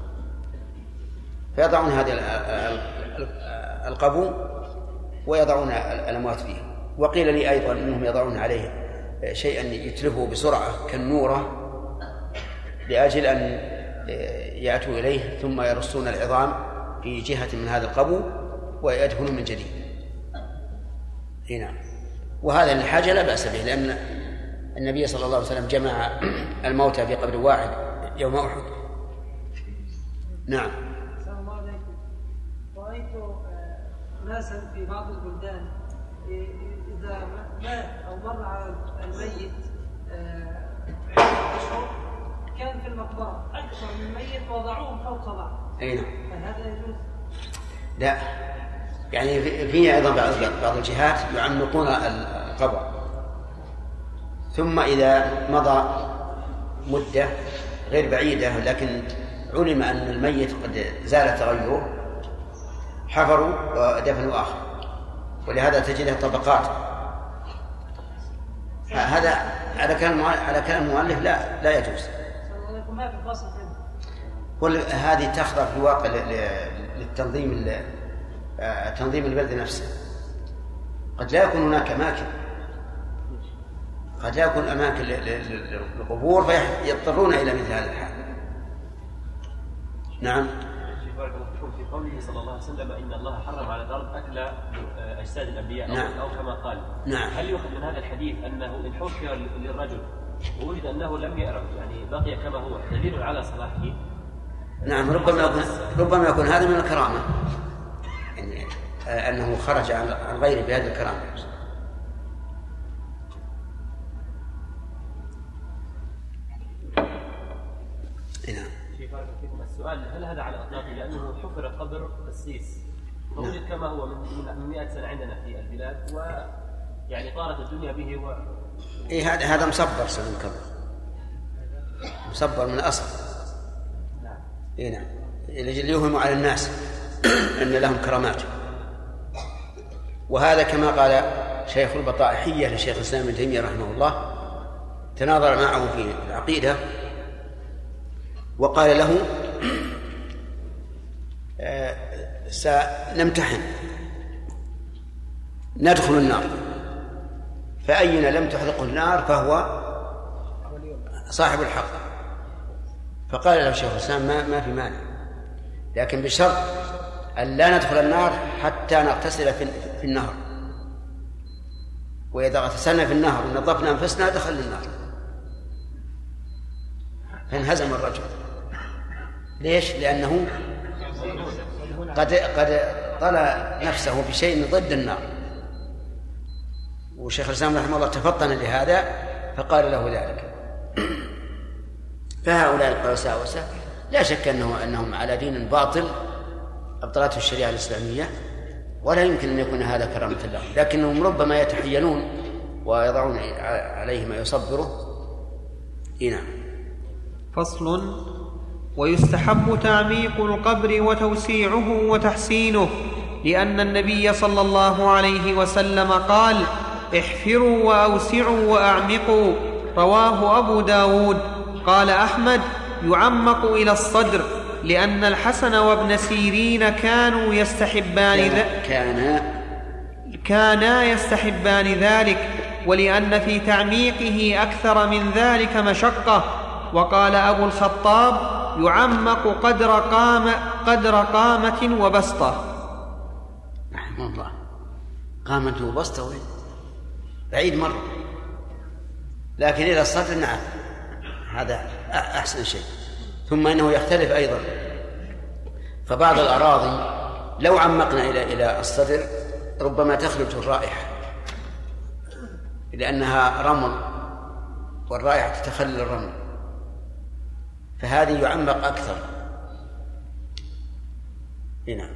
S2: فيضعون هذه القبو ويضعون الأموات فيه. وقيل لي أيضا أنهم يضعون عليه شيئا يتلفه بسرعة كالنورة لأجل أن يأتوا إليه ثم يرصون العظام في جهة من هذا القبو ويدفنون من جديد. هنا وهذا الحاجة لا بأس به، لأن النبي صلى الله عليه وسلم جمع الموتى في قبر واحد يوم أحد. نعم.
S4: السلام عليكم. رأيت ناسا في بعض البلدان إذا مات أو مر على الميت أشهر كان في المقبرة أكثر من ميت وضعوهم فوق بعض.
S2: أين؟
S4: هذا يجوز؟
S2: لا، يعني في أيضا بعض الجهات يعمقون القبر، ثم إذا مضى مدة غير بعيدة لكن علم أن الميت قد زال تغيره حفروا ودفنوا آخر، ولهذا تجده طبقات. هذا على كلام المؤلف لا يجوز.
S4: ما في فاصل
S2: هذه تخضع في الواقع للتنظيم تنظيم البلد نفسه. قد لا يكون هناك أماكن، قد لا يكون أماكن للقبور فيضطرون إلى مثل هذا الحال. نعم.
S9: في قوله صلى الله عليه وسلم إن الله حرم على الأرض أكل أجساد الأنبياء
S2: نعم.
S9: أو كما قال.
S2: نعم.
S9: هل يؤخذ من هذا الحديث أنه إن حفر للرجل ووجد أنه لم يعرف يعني بقي كما هو دليل على صلاحه؟
S2: نعم، ربما يكون هذا من الكرامة، يعني أنه خرج عن غيره بهذه الكرامة.
S9: السؤال هل هذا على إطلاقه لأنه حفر قبر قسيس فوجد كما هو من 100 سنة عندنا في البلاد ويعني طارت الدنيا به
S2: هذا مصبر سلم القبر، مصبر من الأصل.
S9: نعم.
S2: نعم، ليوهم على الناس أن لهم كرامات. وهذا كما قال شيخ البطائحية لشيخ الإسلام ابن تيمية رحمه الله، تناظر معه في العقيدة وقال له سنمتحن ندخل النار، فأين لم تحرقه النار فهو صاحب الحق. فقال له شيخ الإسلام ما في مانع، لكن بشرط أن لا ندخل النار حتى نغتسل في النهر، وإذا اغتسلنا في النهر ونظفنا أنفسنا دخل النار. فانهزم الرجل. ليش؟ لأنه قد طلع نفسه بشيء ضد النار. وشيخ الإسلام رحمه الله تفطن لهذا فقال له ذلك. فهؤلاء القساوسة لا شك أنهم على دين باطل أبطلته الشريعة الإسلامية، ولا يمكن أن يكون هذا كرامة لهم، لكنهم ربما يتحيلون ويضعون عليه ما يصبره. نعم.
S7: فصل: ويستحب تعميق القبر وتوسيعه وتحسينه، لأن النبي صلى الله عليه وسلم قال: احفروا وأوسعوا وأعمقوا. رواه أبو داود. قال أحمد: يعمق إلى الصدر، لأن الحسن وابن سيرين كانا يستحبان ذلك، ولأن في تعميقه أكثر من ذلك مشقة. وقال أبو الخطاب: يعمق قدر قامة وبسطة.
S2: رحمه الله. قامة وبسطة بعيد مرة، لكن إلى الصدر نعم هذا أحسن شيء. ثم إنه يختلف أيضا، فبعض الأراضي لو عمقنا إلى الصدر ربما تخرج الرائحة، لأنها رمل والرائحة تتخلل الرمل، فهذه يعمق أكثر. هنا.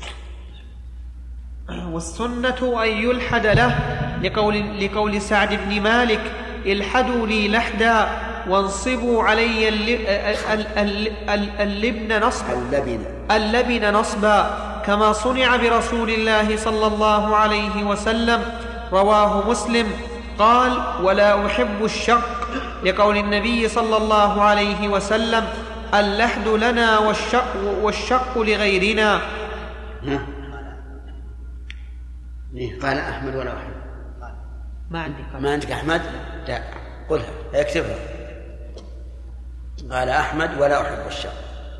S7: والسنة أن يلحد له، لقول سعد بن مالك: الحدوا لي لحدا وانصبوا علي اللبن نصبا، كما صنع برسول الله صلى الله عليه وسلم. رواه مسلم. قال: ولا أحب الشق، لقول النبي صلى الله عليه وسلم: اللحد لنا والشق لغيرنا.
S2: قال أحمد ولا أحمد؟
S7: ما عندي.
S2: ما عندك أحمد؟ لا، قلها اكتبها. قال أحمد ولا أحب الشق.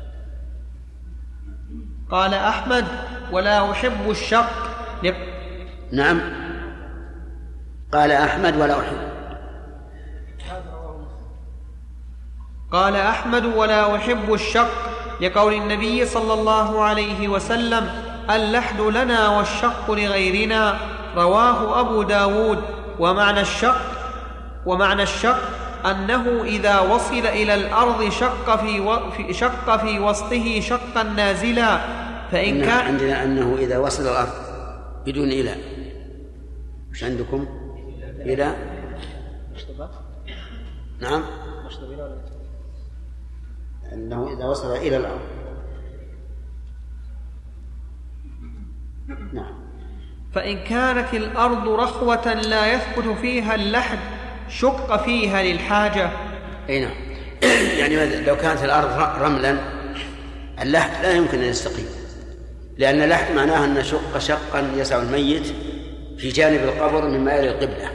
S7: قال أحمد ولا أحب الشق.
S2: نعم، قال أحمد ولا أحب.
S7: قال أحمد ولا أحب الشق لقول النبي صلى الله عليه وسلم: اللحد لنا والشق لغيرنا. رواه أبو داود. ومعنى الشق أنه إذا وصل إلى الأرض شق في وسطه شقا نازلا. فإن كان
S2: عندنا أنه إذا وصل الأرض بدون إلى. مش عندكم إلى؟ نعم، أنه إذا وصل إلى الأرض. نعم.
S7: فإن كانت الأرض رخوة لا يثبت فيها اللحد شق فيها للحاجة.
S2: أي نعم. يعني لو كانت الأرض رملا اللحد لا يمكن أن يستقيم، لأن اللحد معناه أن نشق شقا يسع الميت في جانب القبر من مائل القبلة،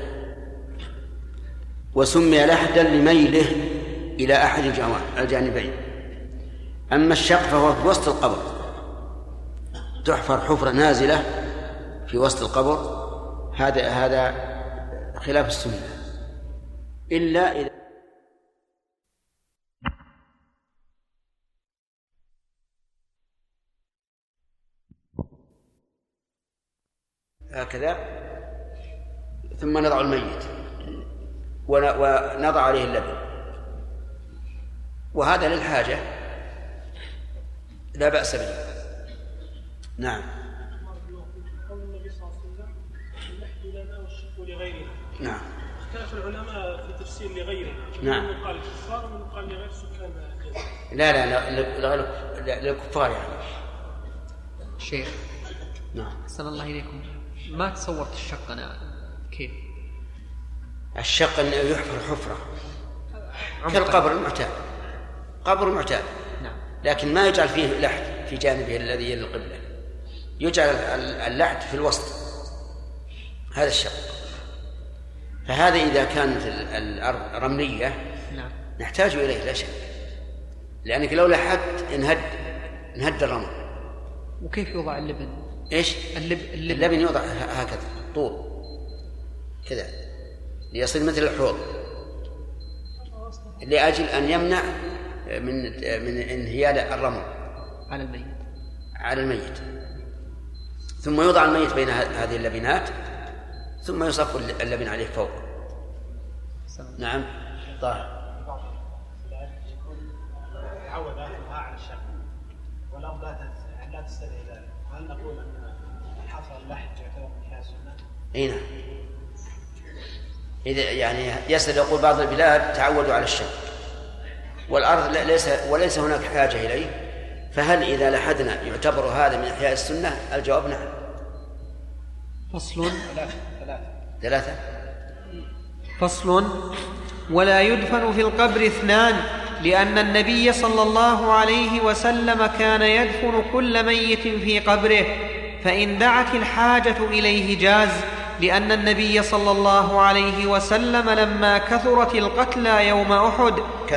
S2: وسمي لحدا لميله إلى أحد الجانبين. أما الشق فهو في وسط القبر، تحفر حفرة نازلة في وسط القبر، هذا خلاف السنة، إلا إذا هكذا، ثم نضع الميت ونضع عليه اللبن، وهذا للحاجة لا بأس به. نعم.
S10: قول النبي صلى الله عليه وسلم: اللحد لنا والشق لغيرنا.
S2: نعم.
S10: اختلف العلماء في تفسير لغيرنا.
S2: نعم.
S10: من قال الكفار ومن قال لغير سكان.
S2: لا للكفار يعني.
S7: شيخ.
S2: نعم.
S7: أحسن الله إليكم، ما تصورت الشق أنا كيف؟
S2: الشق أنه يحفر حفرة كالقبر المعتاد، قبر معتاد.
S7: نعم.
S2: لكن ما يجعل فيه لحد في جانبه الذي يلي القبلة، يجعل اللحد في الوسط، هذا الشق. فهذا إذا كانت الأرض رملية نحتاج إليه لا شك، لأنك لو لحدت انهد الرمل.
S7: وكيف يوضع اللبن؟
S2: إيش؟ اللبن يوضع هكذا طول كذا ليصير مثل الحوض، لأجل أن يمنع من انهيال الرمل على الميت. ثم يوضع الميت بين هذه اللبنات، ثم يصف اللبن عليه فوق. نعم. طاهر.
S11: تعود أهلها على الشك والأرض لا تستدعي ذلك، هل نقول أن حفر اللحد يعتبر من حياة السنة؟
S2: أي نعم. إذا يعني يسأل يقول بعض البلاد تعودوا على الشك والأرض وليس هناك حاجة إليه، فهل إذا لحدنا يعتبر هذا من إحياء السنة؟ الجواب نعم.
S7: فصل.
S2: ثلاثة.
S7: فصل. ولا يدفن في القبر اثنان، لأن النبي صلى الله عليه وسلم كان يدفن كل ميت في قبره، فإن دعت الحاجة إليه جاز، لأن النبي صلى الله عليه وسلم لما كثرت القتلى يوم أحد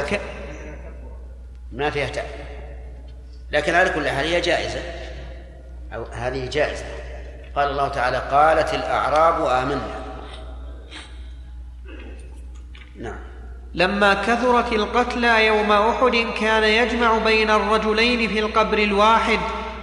S2: ما فيها تعب، لكن على كل حال هي جائزة، أو هذه جائزة. قال الله تعالى: قالت الأعراب آمنا. نعم.
S7: لما كثرت القتلى يوم أحد كان يجمع بين الرجلين في القبر الواحد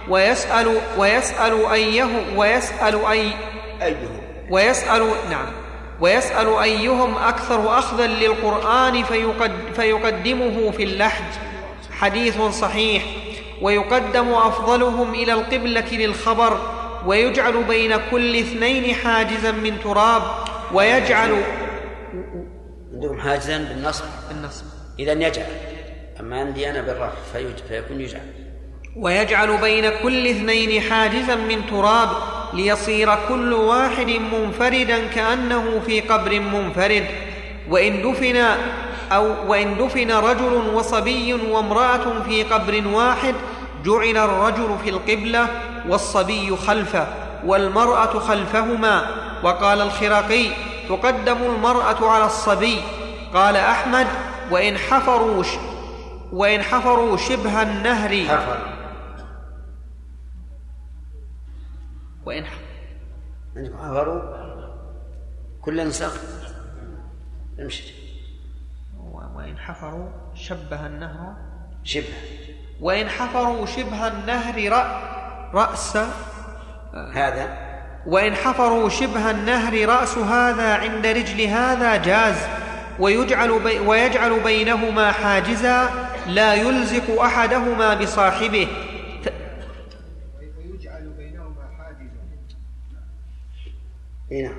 S7: ويسأل أيهم أكثر أخذا للقرآن فيقدمه في اللحد. حديث صحيح. ويقدم أفضلهم إلى القبلة للخبر، ويجعل بين كل اثنين حاجزا من تراب، ويجعل
S2: عندكم حاجزا بالنصب إذن يجعل، أما عندي أنا بالرفع فيكون يجعل.
S7: ويجعل بين كل اثنين حاجزا من تراب، ليصير كل واحد منفردا كأنه في قبر منفرد. وإن دفن رجل وصبي وامرأة في قبر واحد جعل الرجل في القبلة والصبي خلفه والمرأة خلفهما. وقال الخرقي: تقدم المرأة على الصبي. قال أحمد: وإن حفروا شبه النهر وإن
S2: حفروا كل نسخ امشي.
S7: وإن حفروا شبه النهر
S2: شبه
S7: وإن حفروا شبه النهر رأس
S2: هذا
S7: وإن حفروا شبه النهر رأس هذا عند رجل هذا جاز، ويجعل بينهما حاجزا لا يلزق أحدهما بصاحبه.
S8: ويجعل بينهما حاجزا.
S2: نعم،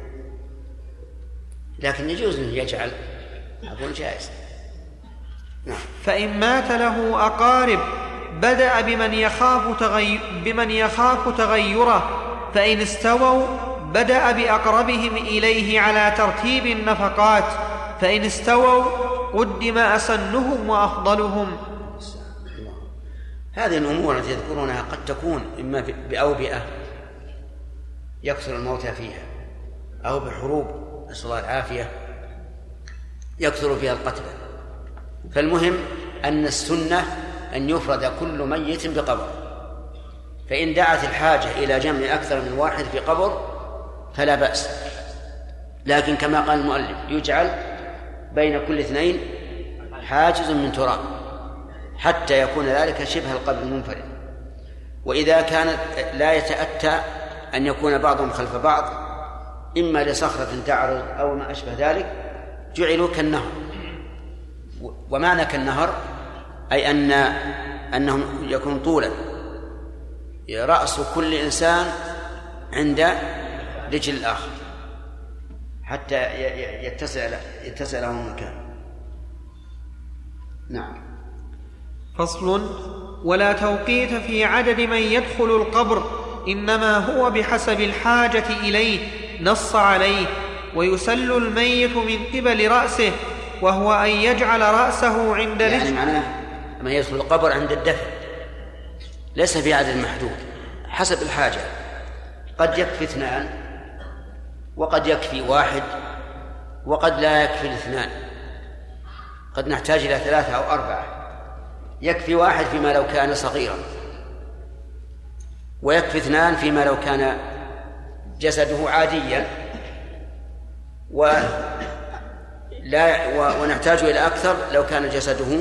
S2: لكن يجوز أن يجعل، أقول جائز. نعم.
S7: فإن مات له أقارب بدأ بمن يخاف تغيره، فإن استووا بدأ بأقربهم إليه على ترتيب النفقات، فإن استووا قدم أسنهم وأفضلهم.
S2: هذه الأمور التي يذكرونها قد تكون إما بأوبئة يكثر الموتى فيها، أو بحروب نسأل الله العافية يكثر فيها القتلى. فالمهم أن السنة أن يفرد كل ميت بقبر، فإن دعت الحاجة إلى جمع أكثر من واحد في قبر فلا بأس، لكن كما قال المؤلف يجعل بين كل اثنين حاجز من تراب حتى يكون ذلك شبه القبر المنفرد. وإذا كانت لا يتأتى أن يكون بعضهم خلف بعض إما لصخرة تعرض أو ما أشبه ذلك جعلوا كالنهر. ومعنى كالنهر أي أنهم يكون طولا، رأس كل إنسان عند رجل الآخر حتى يتسع لهم مكان. نعم.
S7: فصل. ولا توقيت في عدد من يدخل القبر، إنما هو بحسب الحاجة إليه، نص عليه. ويسل الميت من قبل رأسه، وهو أن يجعل رأسه عند رجل،
S2: يعني معناه من يدخل القبر عند الدفن ليس في عدد محدود، حسب الحاجة. قد يكفي 2، وقد يكفي 1، وقد لا يكفي 2، قد نحتاج إلى 3 أو 4. يكفي 1 فيما لو كان صغيرا، ويكفي 2 فيما لو كان جسده عاديا، ونحتاج إلى أكثر لو كان جسده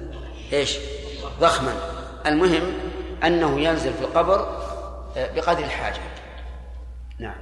S2: ضخما. المهم أنه ينزل في القبر بقدر الحاجة. نعم.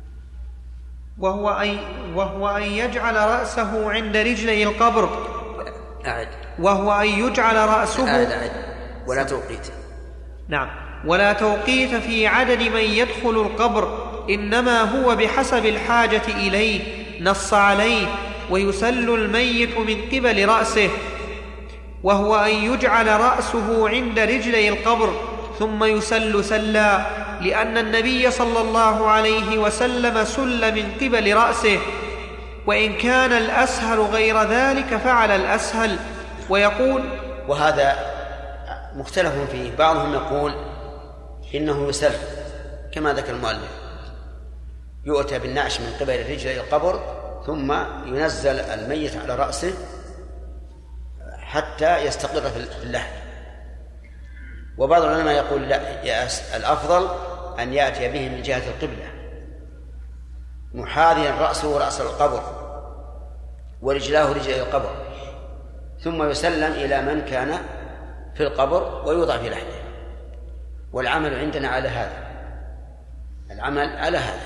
S7: وهو أن يجعل رأسه عند رجلي القبر. وهو أن يجعل رأسه
S2: ولا توقيت.
S7: نعم. ولا توقيت في عدد من يدخل القبر، إنما هو بحسب الحاجة إليه، نص عليه. ويسل الميت من قبل رأسه، وهو أن يجعل رأسه عند رجلي القبر ثم يسل سلا، لأن النبي صلى الله عليه وسلم سل من قبل رأسه. وإن كان الأسهل غير ذلك فعل الأسهل. ويقول،
S2: وهذا مختلف فيه، بعضهم يقول إنه يسل كما ذكر المؤلف، يؤتى بالنعش من قبل رجلي القبر ثم ينزل الميت على رأسه حتى يستقر في اللحد. وبعض العلماء يقول لا، الأفضل أن يأتي به من جهة القبلة محاذيا رأسه رأس القبر ورجلاه رجلي القبر، ثم يسلم إلى من كان في القبر ويوضع في لحده. والعمل عندنا على هذا، العمل على هذا،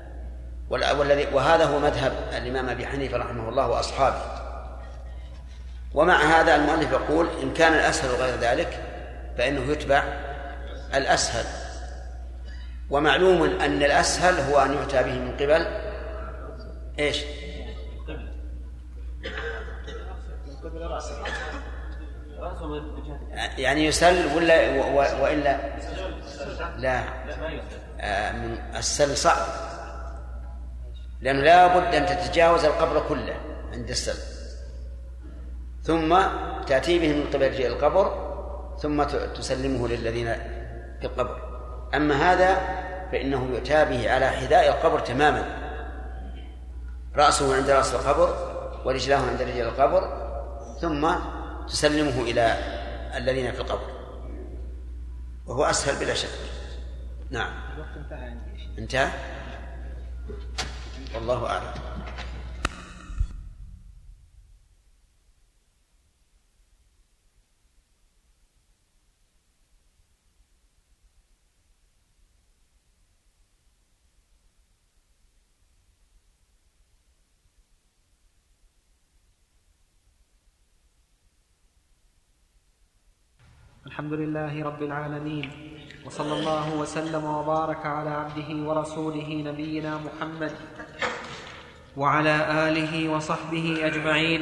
S2: وهذا هو مذهب الإمام أبي حنيفة رحمه الله وأصحابه. ومع هذا المؤلف يقول إن كان الأسهل غير ذلك فإنه يتبع الأسهل. ومعلوم أن الأسهل هو أن يؤتى به من قبل يعني يسل وإلا لا، من السل صعب، لأنه لا بد أن تتجاوز القبر كله عند السل، ثم تأتي به من قبل رجل القبر ثم تسلمه للذين في القبر. أما هذا فإنه يؤتى به على حذاء القبر تماما، رأسه عند رأس القبر ورجلاه عند رجل القبر، ثم تسلمه إلى الذين في القبر، وهو أسهل بلا شك. نعم.
S3: الوقت انتهى عندي.
S2: انتهى. والله أعلم.
S7: الحمد لله رب العالمين، وصلى الله وسلم وبارك على عبده ورسوله نبينا محمد وعلى آله وصحبه أجمعين.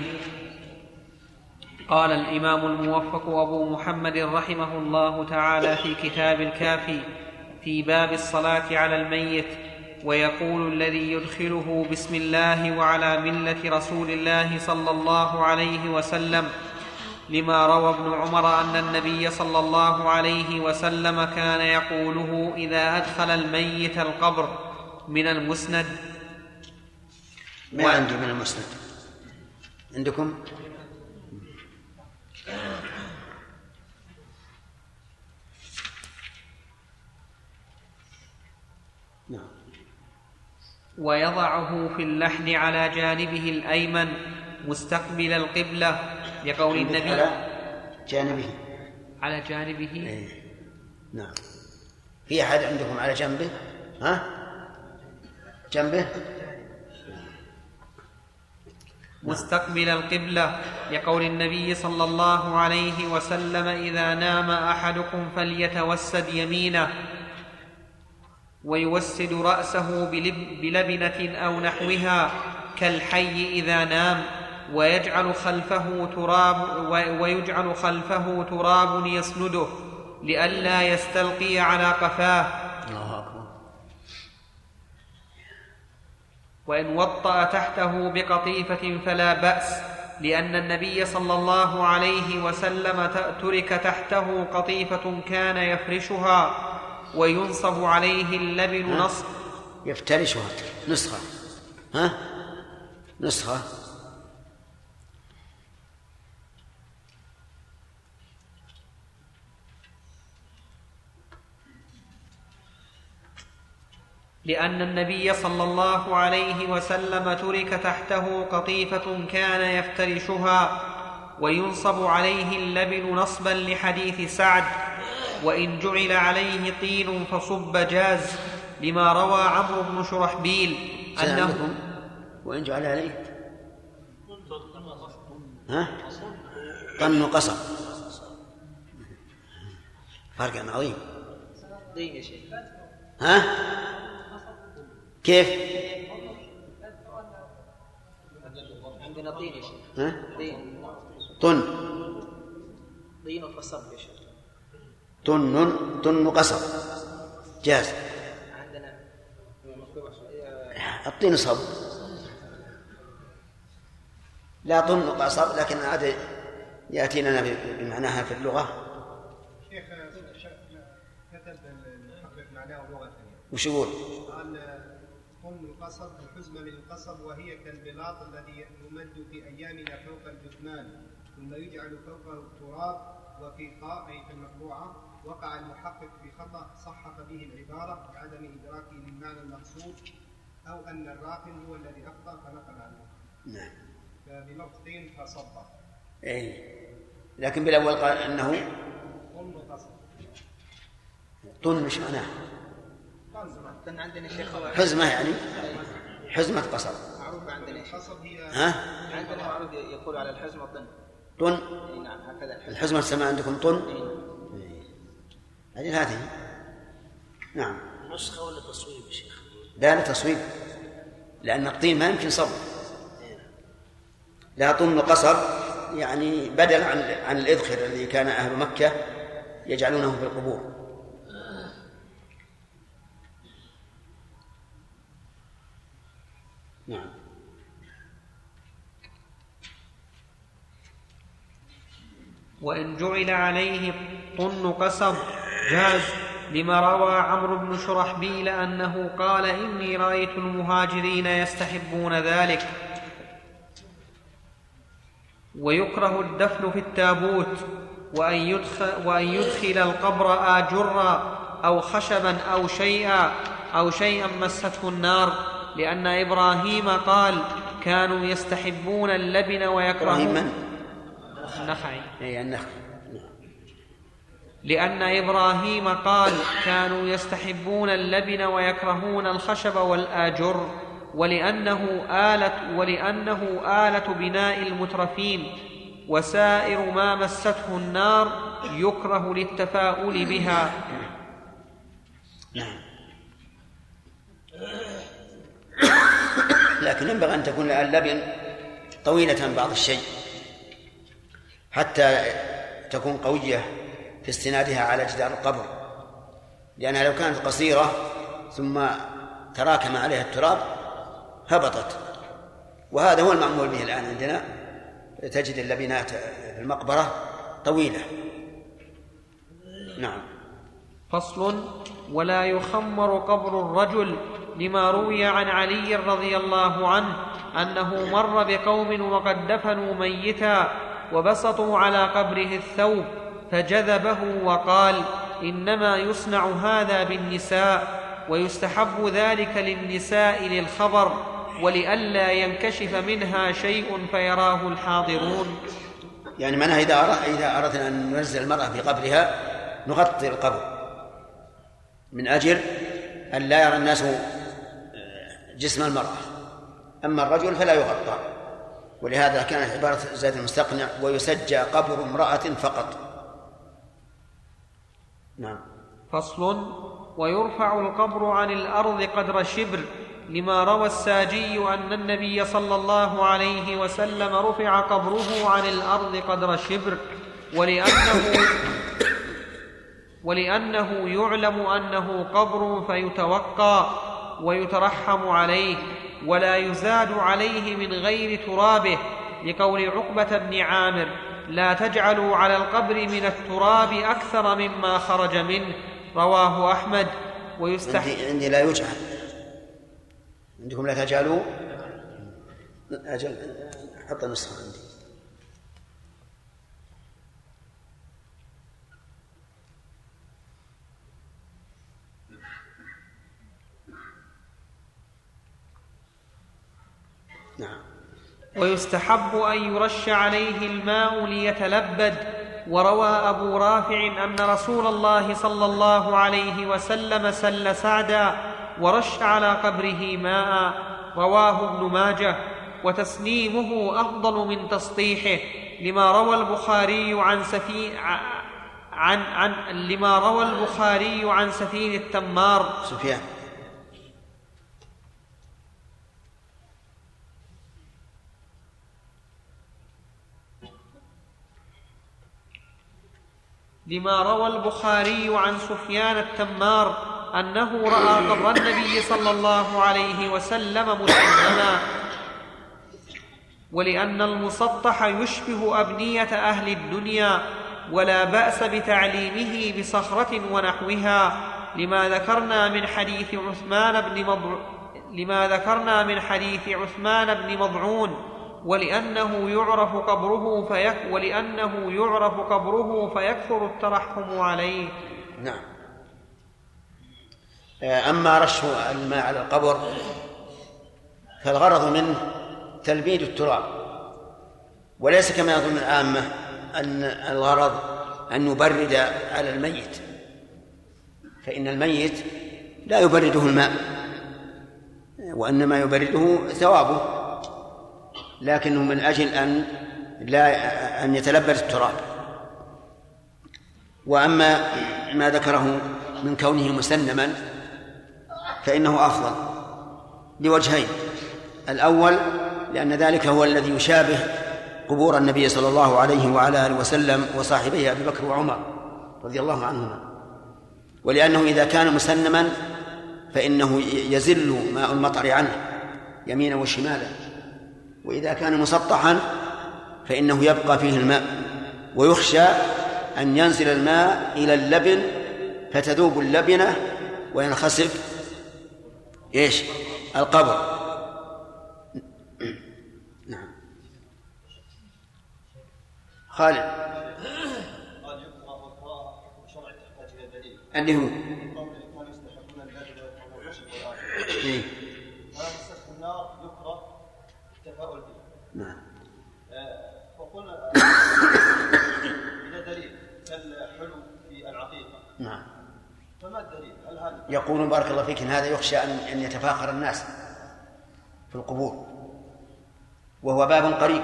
S7: قال الإمام الموفق أبو محمد رحمه الله تعالى في كتاب الكافي في باب الصلاة على الميت، ويقول الذي يدخله بسم الله وعلى ملة رسول الله صلى الله عليه وسلم لما روى ابن عمر أن النبي صلى الله عليه وسلم كان يقوله إذا أدخل الميت القبر من المسند.
S2: ما عندي من المسند، عندكم؟ نعم.
S7: ويضعه في اللحد على جانبه الأيمن مستقبل القبلة لقول النبي على جانبه.
S2: إيه. نعم. في أحد عندكم على جنبه؟ ها؟ جنبه
S7: مستقبل القبلة لقول النبي صلى الله عليه وسلم إذا نام أحدكم فليتوسد يمينه ويوسد رأسه بلبنة أو نحوها كالحي إذا نام، ويجعل خلفه تراب يسنده لئلا يستلقي على قفاه. وإن وطأ تحته بقطيفة فلا بأس، لأن النبي صلى الله عليه وسلم ترك تحته قطيفة كان يفرشها وينصب عليه اللبن نصب.
S2: يفترشها نسخة. ها؟ نسخة.
S7: لأن النبي صلى الله عليه وسلم ترك تحته قطيفة كان يفترشها وينصب عليه اللبن نصبا لحديث سعد وإن جعل عليه طين فصب جاز، لما روى عمرو بن شرحبيل أنه
S2: وإن جعل عليه طن قصب. فرق عظيم. ها؟ كيف؟
S3: عندنا طين يا شيخ.
S2: ها؟
S3: طين وقصب يا شيخ.
S2: طن قصب جاز.
S3: عندنا
S2: الطين صب، لا طن قصب، لكن هذا يأتي لنا بمعناها في اللغة.
S8: شيخ كتب المحقق معناه لغة ثانية.
S2: وش يقول؟
S8: قال طن القصب الحزمة للقصب، وهي كالبلاط الذي يمد في أيامنا فوق الجثمان ثم يجعل فوقه التراب. وفي قاء أي في المطبوعة وقع المحقق في خطأ صحح به العبارة بعدم إدراكه للمعنى المقصود، أو أن الراقم هو الذي أخطأ فنقل عنه.
S2: نعم.
S8: فبلفظ طين فصب.
S2: إيه. لكن بالأول قال أنه
S8: طن قصب.
S2: طن مش معناه
S3: طن عندنا شيخ
S2: حزمة، يعني حزمة قصب
S8: معروف عندنا. القصب هي
S3: عندنا معروف يقول على الحزمة
S2: طن.
S3: نعم هكذا
S2: الحزمة السماء عندكم طن. هذه نعم.
S11: نسخة ولا تصويب يا شيخ؟
S2: لا تصويب، لأن الطين ما يمكن صبر. لا طن قصب يعني بدل عن الإذخر الذي كان أهل مكة يجعلونه في القبور. نعم.
S7: وإن جعل عليه طن قصب جاز، لما روى عمرو بن شرحبيل أنه قال إني رأيت المهاجرين يستحبون ذلك. ويكره الدفن في التابوت، وأن يدخل القبر آجرا أو خشبا أو شيئا مسته النار، لأن إبراهيم قال كانوا يستحبون اللبن ويكرهون النخعي. لأن إبراهيم قال كانوا يستحبون اللبن ويكرهون الخشب والآجر، ولأنه آلة بناء المترفين، وسائر ما مسته النار يكره للتفاؤل بها.
S2: نعم. لكن ينبغي أن تكون اللبن طويلة بعض الشيء حتى تكون قوية في استنادها على جدار القبر، لأنها لو كانت قصيرة ثم تراكم عليها التراب هبطت، وهذا هو المعمول به الآن عندنا. تجد اللبنات في المقبرة طويلة. نعم.
S7: فصل: ولا يخمر قبر الرجل، لما روي عن علي رضي الله عنه أنه مر بقوم وقد دفنوا ميتا وبسطوا على قبره الثوب فجذبه وقال: إنما يصنع هذا بالنساء، ويستحب ذلك للنساء للخبر، ولئلا ينكشف منها شيء فيراه الحاضرون.
S2: يعني معناها إذا أردنا أن ننزل المرأة في قبرها نغطي القبر من أجل أن لا يرى الناس جسم المرأة، أما الرجل فلا يغطى. ولهذا كانت عبارة زاد المستقنع: ويسجى قبر امرأة فقط. نعم.
S7: فصل: ويرفع القبر عن الأرض قدر شبر، لما روى الساجي أن النبي صلى الله عليه وسلم رفع قبره عن الأرض قدر شبر، ولأنه يعلم أنه قبر فيتوقى ويترحم عليه ولا يزاد عليه من غير ترابه، لقول عقبة بن عامر: لا تجعلوا على القبر من التراب أكثر مما خرج منه. رواه أحمد.
S2: عندي لا يجعل، عندكم لا تجعلوا. أجل حط النسخة عندي. نعم.
S7: ويستحب أن يرش عليه الماء ليتلبد. وروى أبو رافع أن رسول الله صلى الله عليه وسلم سل سعدا ورش على قبره ماء. رواه ابن ماجه. وتسليمه أفضل من تسطيحه، لما روى البخاري عن سفين التمار
S2: سفيان
S7: لما روى البخاري عن سفيان التمار أنه رأى قبر النبي صلى الله عليه وسلم مسلما، ولأن المسطح يشبه أبنية أهل الدنيا، ولا بأس بتعليمه بصخرة ونحوها، لما ذكرنا من حديث عثمان بن مضعون، ولأنه يعرف قبره فيكثر الترحم عليه.
S2: نعم. أما رش الماء على القبر فالغرض منه تلبيد التراب، وليس كما يظن العامة أن الغرض أن نبرد على الميت، فإن الميت لا يبرده الماء، وإنما يبرده ثوابه، لكنه من أجل أن يتلبد التراب. وأما ما ذكره من كونه مسنما فإنه أفضل لوجهين: الأول لأن ذلك هو الذي يشابه قبور النبي صلى الله عليه وعلى آله وسلم وصاحبيه أبي بكر وعمر رضي الله عنهما، ولأنه إذا كان مسنما فإنه يزل ماء المطر عنه يمينا وشمالا، وإذا كان مسطحا فإنه يبقى فيه الماء، ويخشى أن ينزل الماء إلى اللبن فتذوب اللبنة وينخسف القبر. نعم. خالد
S12: قال يقرأ والقراءة شرع تحتاج إلى دليل
S2: اللي هو
S12: قول الإخوان يستحقون البدء ويقرأون الرشد والآخر ولا مسك النار يقرأ التفاؤل به.
S2: نعم.
S12: وقلنا إلى دليل كالحلو في العقيقة.
S2: نعم.
S12: فما الدليل؟ هل هذا
S2: يقولون بارك الله فيك إن هذا يخشى أن يتفاخر الناس في القبور، وهو باب قريب،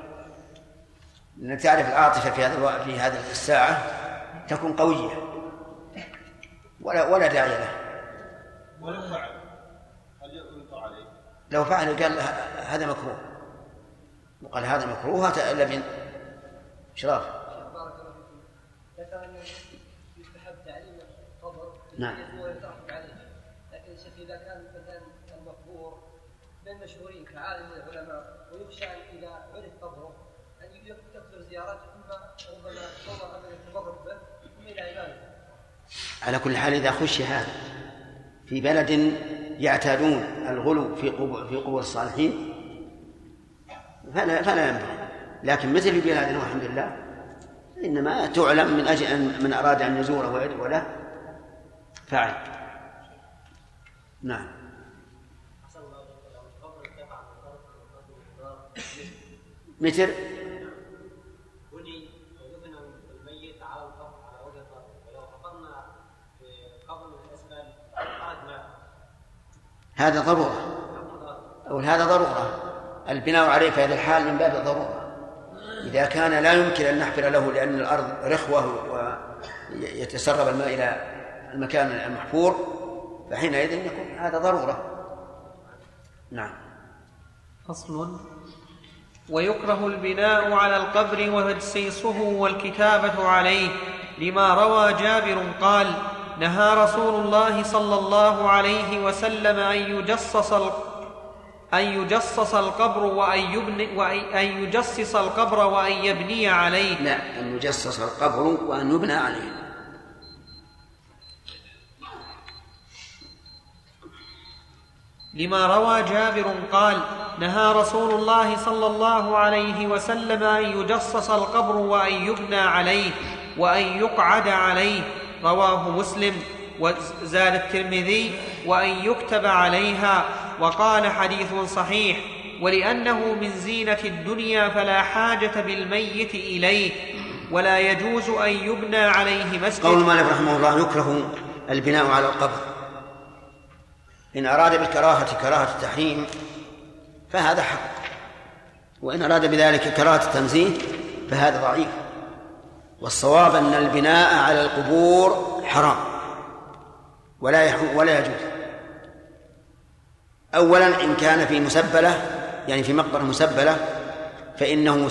S2: لأنك تعرف العاطفة في هذه الساعة تكون قوية ولا داعي له.
S12: ولو فعل هل ينكر عليه؟
S2: لو فعل قال هذا مكروه، وقال هذا مكروه هذا لبن شراف.
S13: بارك الله فيكم. ذكر أنه يستحب تعليم القبر
S2: نعم.
S13: ويترحم عليه، لكن الشيخ إذا كان مثلا المقبور من مشهورين كعالم من العلماء ويخشى إذا عرف قبره أن يكثر زيارته ثم ربما يتصور أن يتبرك به ثم إلى عباده.
S2: على كل حال إذا خشي هذا في بلد يعتادون الغلو في قبور الصالحين فلا ينبغي، لكن مثل في بلادنا والحمد لله إنما تعلم من أجل أن من أراد أن يزوره ويدعو له فعل. نعم. متر
S14: بني ويبنى الميت على القبر على وجه القبر، ولو حفرنا قبر من الاسفل خرج ماء.
S2: هذا ضرورة، أو هذا ضرورة البناء عليه في هذا الحال من باب الضرورة. إذا كان لا يمكن أن نحفر له لأن الأرض رخوة ويتسرب الماء إلى المكان المحفور فحينئذ يكون هذا ضرورة. نعم.
S7: فصل. ويكره البناء على القبر وتجسيسه والكتابة عليه، لما روى جابر قال: نهى رسول الله صلى الله عليه وسلم أن يجصص القبر وأن يجسس القبر وأن يبني عليه.
S2: لا، أن يجسس القبر وأن يبنى عليه.
S7: لما روى جابر قال: نهى رسول الله صلى الله عليه وسلم أن يجصص القبر وأن يبنى عليه وأن يقعد عليه، رواه مسلم. وزاد الترمذي: وأن يكتب عليها، وقال: حديث صحيح. ولأنه من زينة الدنيا فلا حاجة بالميت إليه، ولا يجوز أن يبنى عليه مسجد.
S2: قول مالك رحمه الله: يكره البناء على القبر. إن أراد بالكراهة كراهة التحريم فهذا حق، وإن أراد بذلك كراهة التنزيه فهذا ضعيف. والصواب أن البناء على القبور حرام ولا يجوز. أولا إن كان في مسبلة، يعني في مقبرة مسبلة، فإنه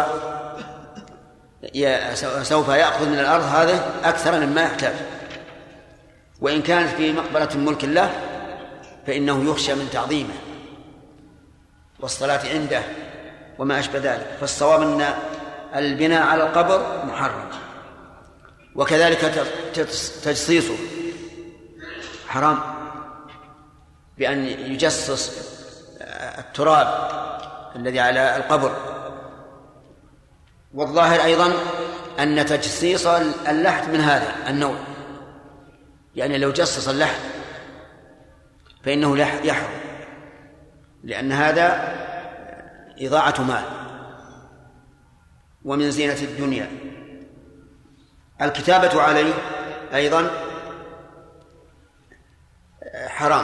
S2: سوف يأخذ من الأرض هذا أكثر مما يحتاج. وإن كانت في مقبرة ملك الله فإنه يخشى من تعظيمه والصلاة عنده وما أشبه ذلك. فالصواب أن البناء على القبر محرم، وكذلك تجصيصه حرام، بأن يجصص التراب الذي على القبر. والظاهر أيضا أن تجصيص اللحد من هذا النوع، يعني لو جصص اللحد فإنه يحرم، لأن هذا إضاعة مال ومن زينة الدنيا. الكتابة عليه أيضا حرام،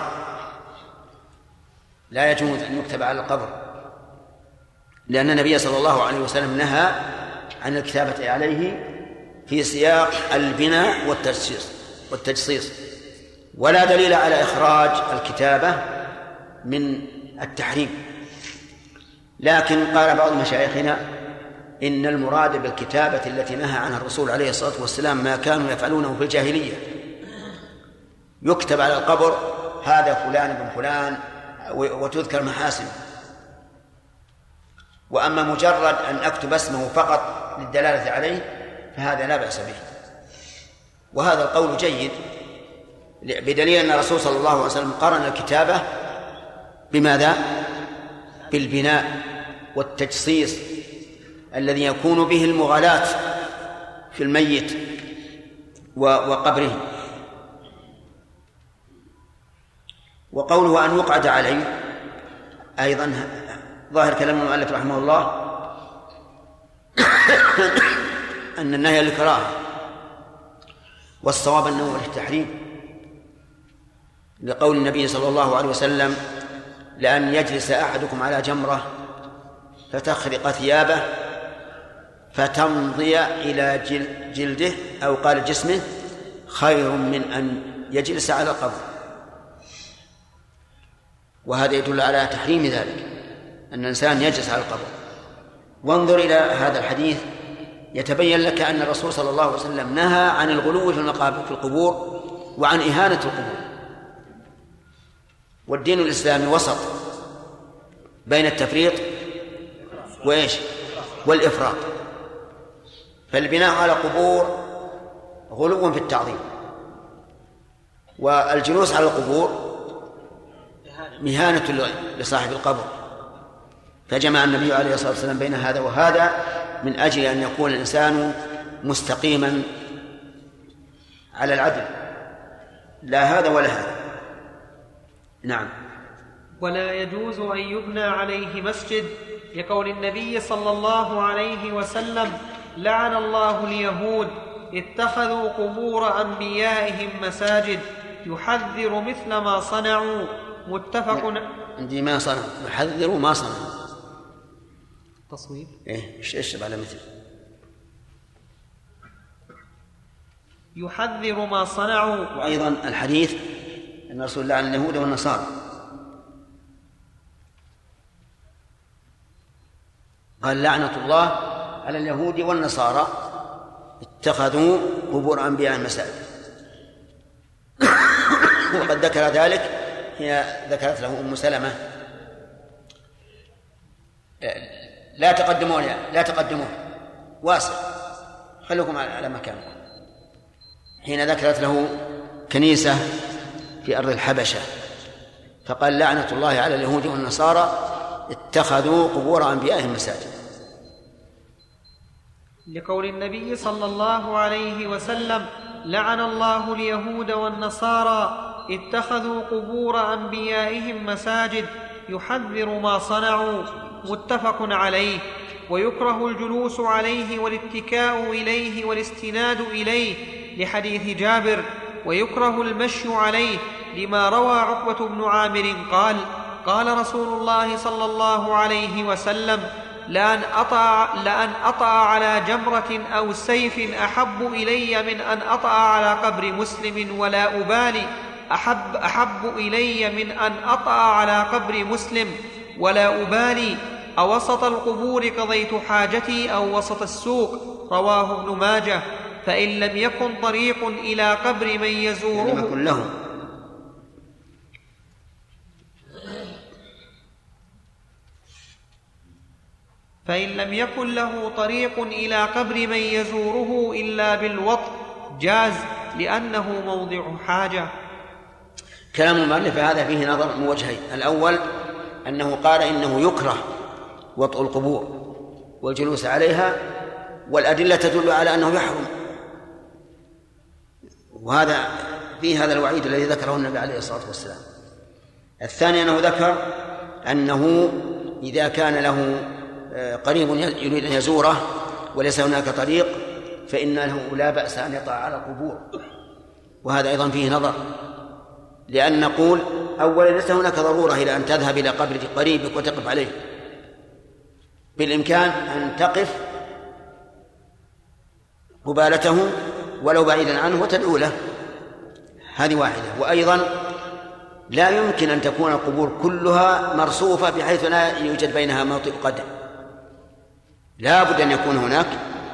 S2: لا يجوز أن يكتب على القبر، لأن النبي صلى الله عليه وسلم نهى عن الكتابة عليه في سياق البناء والتجصيص، ولا دليل على إخراج الكتابة من التحريم. لكن قال بعض مشايخنا إن المراد بالكتابة التي نهى عنها الرسول عليه الصلاة والسلام ما كانوا يفعلونه في الجاهلية، يكتب على القبر هذا فلان بن فلان وتذكر محاسنه. وأما مجرد أن أكتب اسمه فقط للدلالة عليه فهذا لا بأس به. وهذا القول جيد بدليل أن الرسول صلى الله عليه وسلم قرن الكتابة بماذا؟ بالبناء والتجصيص الذي يكون به المغالاة في الميت وقبره. وقوله أن يقعد عليه أيضا ظاهر كلام المؤلف رحمه الله أن النهي للكراهة، والصواب أنه للتحريم، لقول النبي صلى الله عليه وسلم: لأن يجلس أحدكم على جمرة فتخرق ثيابه فتمضي إلى جلده أو قال جسمه خير من أن يجلس على القبر. وهذا يدل على تحريم ذلك، أن الإنسان يجلس على القبر. وانظر إلى هذا الحديث يتبين لك أن الرسول صلى الله عليه وسلم نهى عن الغلو في المقابر في القبور وعن إهانة القبور. والدين الإسلامي وسط بين التفريط والإفراط. فالبناء على قبور غلو في التعظيم، والجلوس على القبور مهانة لصاحب القبر. فجمع النبي عليه الصلاة والسلام بين هذا وهذا من أجل أن يكون الإنسان مستقيما على العدل، لا هذا ولا هذا. نعم.
S7: ولا يجوز أن يبنى عليه مسجد، لقول النبي صلى الله عليه وسلم: لعن الله اليهود اتخذوا قبور أنبيائهم مساجد، يحذر مثل ما صنعوا. متفق.
S2: عندي ما صنعوا، يحذر ما صنعوا.
S7: تصوير
S2: ايش على مثل
S7: يحذر ما صنعوا.
S2: وأيضا الحديث أن الرسول لعن اليهود والنصارى، قال: لعنة الله على اليهود والنصارى اتخذوا قبور أنبياء مساجد. وقد ذكر ذلك، هي ذكرت له أم سلمة: لا تقدمون واسع، خلوكم على مكانكم. حين ذكرت له كنيسة في أرض الحبشة فقال: لعنة الله على اليهود والنصارى اتخذوا قبور أنبيائهم مساجد.
S7: لقول النبي صلى الله عليه وسلم: لعن الله اليهود والنصارى اتخذوا قبور أنبيائهم مساجد، يحذر ما صنعوا. متفق عليه. ويكره الجلوس عليه والاتكاء إليه والاستناد إليه، لحديث جابر. ويكره المشي عليه، لما روى عقبة بن عامر قال: قال رسول الله صلى الله عليه وسلم: لأن أطأ على جمرة أو سيف أحب إلي من أن أطأ على قبر مسلم ولا أبالي. أحب إلي من أن أطأ على قبر مسلم ولا أبالي. أوسط القبور قضيت حاجتي أو وسط السوق. رواه ابن ماجه. فإن لم يكن طريق إلى قبر من يزوره فإن لم يكن له طريق إلى قبر من يزوره إلا بالوطء جاز، لأنه موضع حاجة.
S2: كلام المؤلف هذا فيه نظر من وجهين: الأول أنه قال إنه يكره وطء القبور والجلوس عليها، والأدلة تدل على أنه يحرم، وهذا فيه هذا الوعيد الذي ذكره النبي عليه الصلاة والسلام. الثاني أنه ذكر أنه إذا كان له قريب يريد أن يزوره وليس هناك طريق فإن له لا بأس أن يطع على القبور، وهذا أيضا فيه نظر، لأن نقول أولا ليس هناك ضرورة إلى أن تذهب إلى قبر قريبك وتقف عليه، بالإمكان أن تقف قبالته ولو بعيدا عنه وتدعو له، هذه واحدة. وأيضا لا يمكن أن تكون القبور كلها مرصوفة بحيث لا يوجد بينها موطئ قدم، لا بد أن يكون هناك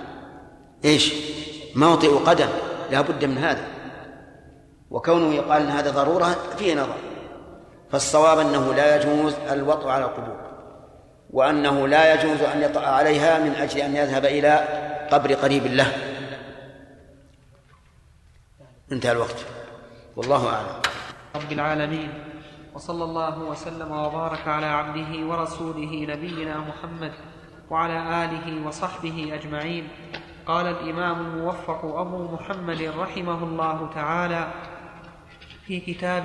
S2: موطئ قدم، لا بد من هذا. وكونه يقال أن هذا ضرورة فيه نظر، فالصواب أنه لا يجوز الوطء على القبور، وأنه لا يجوز أن يطأ عليها من أجل أن يذهب إلى قبر قريب له. انتهى الوقت، والله أعلم.
S7: رب العالمين، وصلى الله وسلم وبارك على عبده ورسوله نبينا محمد وعلى آله وصحبه أجمعين. قال الإمام الموفق أبو محمد رحمه الله تعالى في كتاب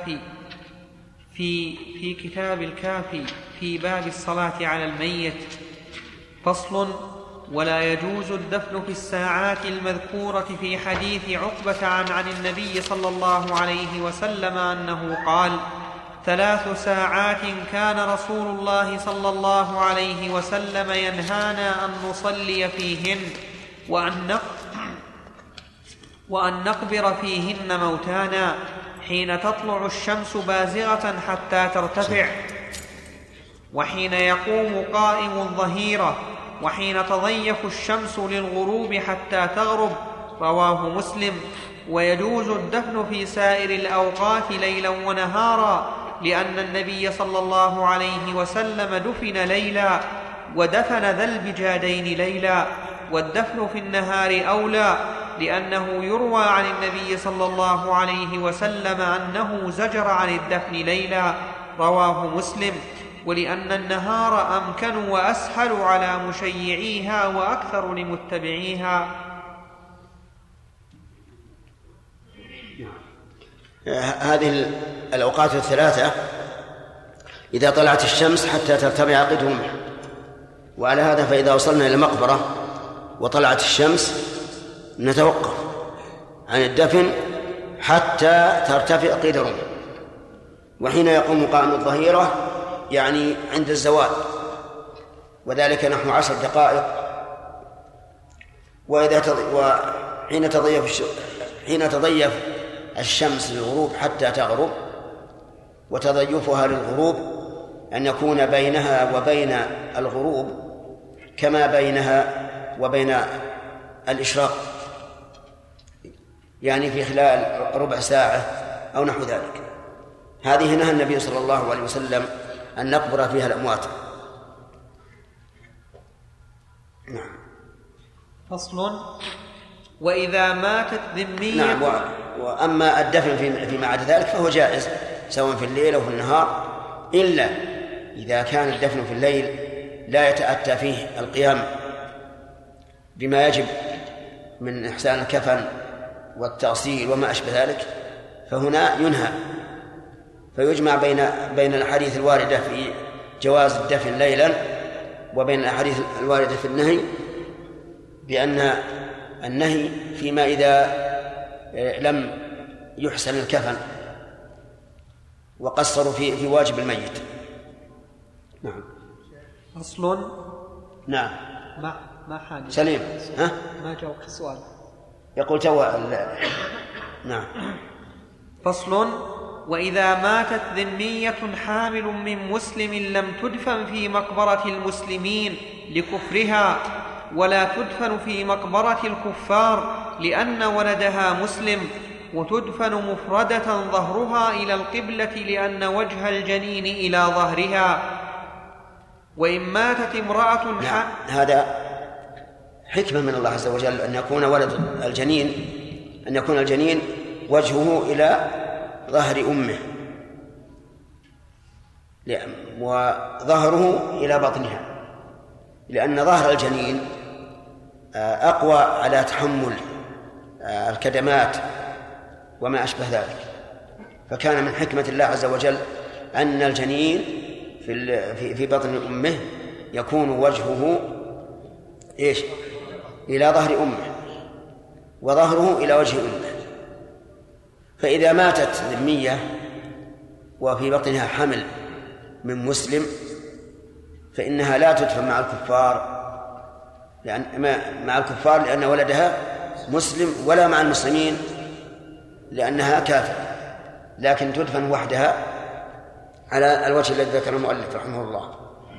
S7: الكافي في باب الصلاة على الميت: فصل: ولا يجوز الدفن في الساعات المذكورة في حديث عقبة عن النبي صلى الله عليه وسلم أنه قال: 3 ساعات كان رسول الله صلى الله عليه وسلم ينهانا أن نصلي فيهن وأن نقبر فيهن موتانا: حين تطلع الشمس بازغة حتى ترتفع، وحين يقوم قائم الظهيرة، وحين تضيف الشمس للغروب حتى تغرب. رواه مسلم. ويجوز الدفن في سائر الأوقات ليلا ونهارا، لأن النبي صلى الله عليه وسلم دفن ليلا، ودفن ذا البجادين ليلا. والدفن في النهار أولى، لأنه يروى عن النبي صلى الله عليه وسلم أنه زجر عن الدفن ليلا. رواه مسلم. ولأن النهار أمكن وأسهل على مشيعيها وأكثر لمتبعيها.
S2: هذه الأوقات الثلاثة إذا طلعت الشمس حتى ترتفع قدومها. وعلى هذا فإذا وصلنا إلى المقبرة وطلعت الشمس نتوقف عن الدفن حتى ترتفع قدرهم، وحين يقوم قائم الظهيرة يعني عند الزوال، وذلك نحو 10 دقائق. وحين تضيف الشمس للغروب حتى تغرب، وتضيفها للغروب أن يكون بينها وبين الغروب كما بينها وبين الإشراق، يعني في خلال ربع ساعة أو نحو ذلك. هذه نهى النبي صلى الله عليه وسلم أن نقبر فيها الأموات. نعم.
S7: فصل: وإذا ماتت ذمية.
S2: نعم. وأما الدفن فيما عدا ذلك فهو جائز سواء في الليل أو في النهار، إلا إذا كان الدفن في الليل لا يتأتى فيه القيام بما يجب من إحسان الكفن والتغسيل وما أشبه ذلك، فهنا ينهى. فيجمع بين الأحاديث الواردة في جواز الدفن ليلا وبين الأحاديث الواردة في النهي، بأن النهي فيما إذا لم يحسن الكفن وقصروا في واجب الميت. نعم.
S7: أصل.
S2: نعم.
S7: ما حاجة.
S2: سليم. ها؟
S7: ما جاوبت السؤال.
S2: يقول نعم.
S7: فصل: وإذا ماتت ذمية حامل من مسلم لم تدفن في مقبرة المسلمين لكفرها، ولا تدفن في مقبرة الكفار لأن ولدها مسلم، وتدفن مفردة ظهرها إلى القبلة لأن وجه الجنين إلى ظهرها. وإن ماتت امرأة
S2: هذا حكمة من الله عز وجل أن يكون الجنين وجهه إلى ظهر أمه وظهره إلى بطنها، لأن ظهر الجنين أقوى على تحمل الكدمات وما أشبه ذلك. فكان من حكمة الله عز وجل أن الجنين في بطن أمه يكون وجهه إلى ظهر أمه وظهره إلى وجه أمه. فإذا ماتت ذمية وفي بطنها حمل من مسلم فإنها لا تدفن مع الكفار لأن ولدها مسلم، ولا مع المسلمين لأنها كافرة، لكن تدفن وحدها على الوجه الذي ذكر المؤلف رحمه الله.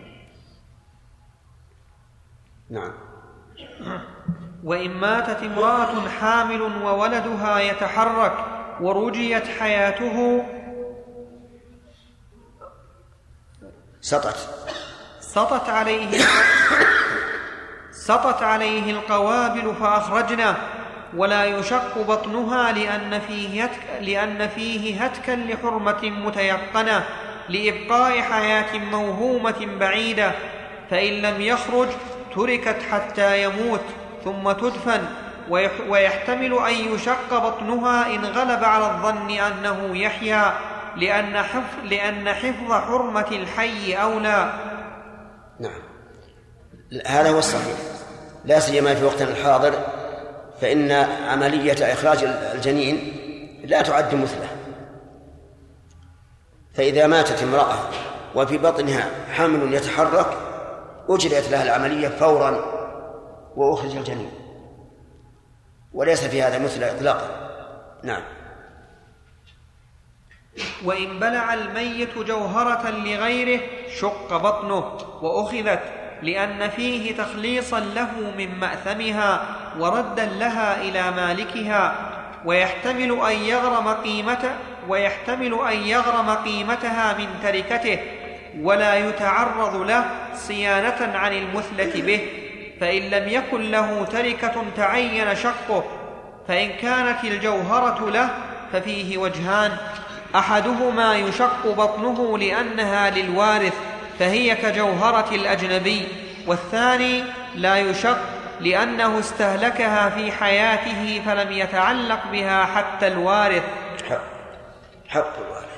S2: نعم.
S7: وإن ماتت امرأة حامل وولدها يتحرك ورجيت حياته سطت عليه القوابل فأخرجنه، ولا يشق بطنها لأن فيه هتكا لحرمة متيقنة لإبقاء حياة موهومة بعيدة، فإن لم يخرج تركت حتى يموت ثم تدفن، ويحتمل أن يشق بطنها إن غلب على الظن أنه يحيا، لأن حفظ حرمة الحي أولى.
S2: نعم، هذا هو الصحيح، لا سيما في وقتنا الحاضر، فإن عملية إخراج الجنين لا تعد مثله. فإذا ماتت امرأة وفي بطنها حمل يتحرك أجريت لها العملية فورا وأخرج الجنين، وليس في هذا مثل إطلاقا. نعم.
S7: وإن بلع الميت جوهرة لغيره شق بطنه وأخذت، لأن فيه تخليصا له من مأثمها وردا لها إلى مالكها، ويحتمل أن يغرم قيمتها من تركته، ولا يتعرض له صيانة عن المثلة به. فإن لم يكن له تركة تعين شقه، فإن كانت الجوهرة له ففيه وجهان: أحدهما يشق بطنه لأنها للوارث فهي كجوهرة الأجنبي، والثاني لا يشق لأنه استهلكها في حياته فلم يتعلق بها حتى الوارث.
S2: حق الوارث.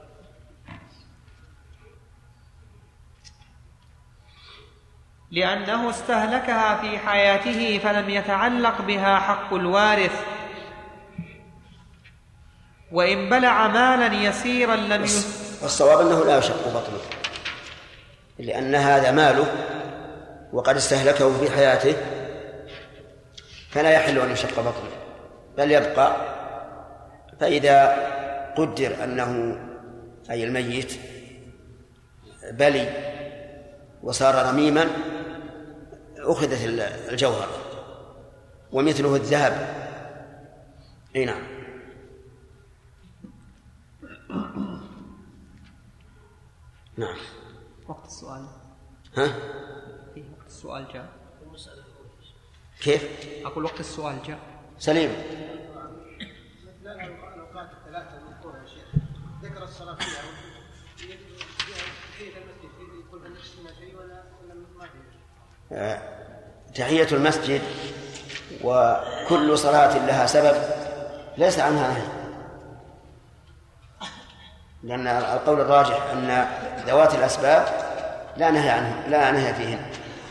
S7: لأنه استهلكها في حياته فلم يتعلق بها حق الوارث. وإن بلع مالا يسيرا لم
S2: الصواب أنه لا يشق بطنه، لأن هذا ماله وقد استهلكه في حياته، فلا يحل أن يشق بطنه بل يبقى. فإذا قدر أنه أي الميت بلي وصار رميما أخذت الجوهر، ومثله الذهب. نعم. نعم.
S7: وقت السؤال.
S2: ها؟
S7: وقت السؤال جاء.
S2: كيف؟
S7: أقول وقت السؤال جاء.
S2: سليم.
S8: الأوقات الثلاثة المذكورة يا شيخ، ذكر الصلاة فيها تحية المسجد، يقول هل نقصنا شيء ولا ما فيه؟
S2: تحية المسجد وكل صلاة لها سبب ليس عنها نهي، لأن القول الراجح أن ذوات الأسباب لا نهي عنها، لا نهي فيهن.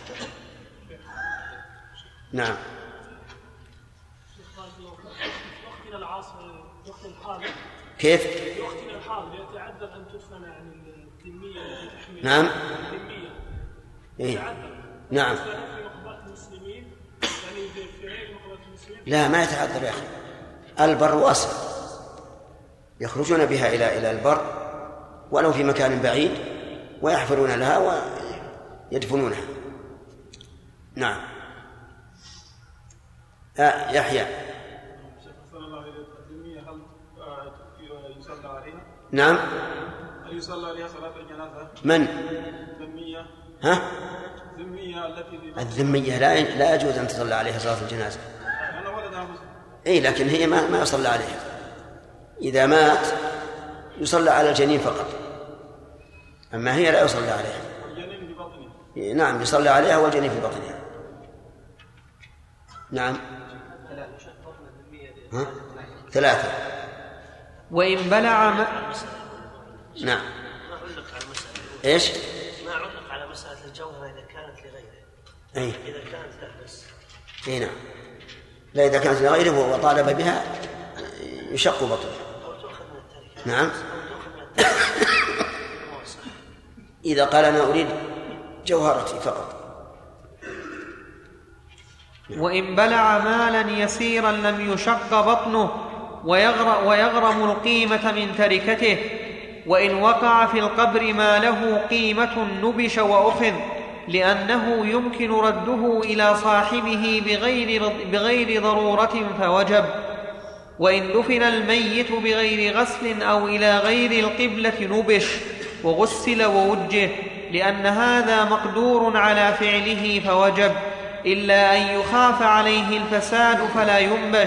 S2: نعم.
S10: وقتنا العصر وقت الحاضر
S2: كيف؟
S10: وقتنا الحاضر يتعذر أن تدفن عن الكمية التي تحمل.
S2: نعم.
S10: الكمية.
S2: إيه؟
S10: يتعذر.
S2: نعم.
S10: في مقبرة المسلمين، يعني في غير مقبرة المسلمين.
S2: لا، ما يتعذر يا أخي، البر واسع، يخرجون بها إلى البر ولو في مكان بعيد ويحفرون لها ويدفنونها. نعم. يحيى.
S15: يصلى عليها؟
S2: نعم.
S15: هل يصلى عليها صلاة الجنازة؟
S2: من؟
S15: ذمية.
S2: ها؟
S15: ذمية التي
S2: الذمية لا يجوز أن تصلى عليها صلاة الجنازة.
S15: أنا ولدها مسلم.
S2: إيه، لكن هي ما يصلى عليها. إذا مات يصلى على الجنين فقط، أما هي لا يصلى عليها.
S15: والجنين في بطنها.
S2: نعم، يصلى عليها والجنين في بطنها. نعم. ها؟ 3.
S7: وإن بلع
S2: نعم.
S16: ما علق على مسألة.
S2: إيش؟
S16: ما علق على مسألة الجوهرة إذا كانت لغيره.
S2: أي.
S16: إذا كانت له بس.
S2: إيه نعم. لا، إذا كانت لغيره وطالب بها يشق بطنه. نعم. إذا قال أنا أريد جوهرتي فقط.
S7: وإن بلع مالا يسيرا لم يشق بطنه ويغرم القيمة من تركته. وإن وقع في القبر ما له قيمة نبش وأخذ، لأنه يمكن رده إلى صاحبه بغير ضرورة فوجب. وإن دفن الميت بغير غسل أو إلى غير القبلة نبش وغسل ووجه، لأن هذا مقدور على فعله فوجب، إلا أن يخاف عليه الفساد فلا ينبش،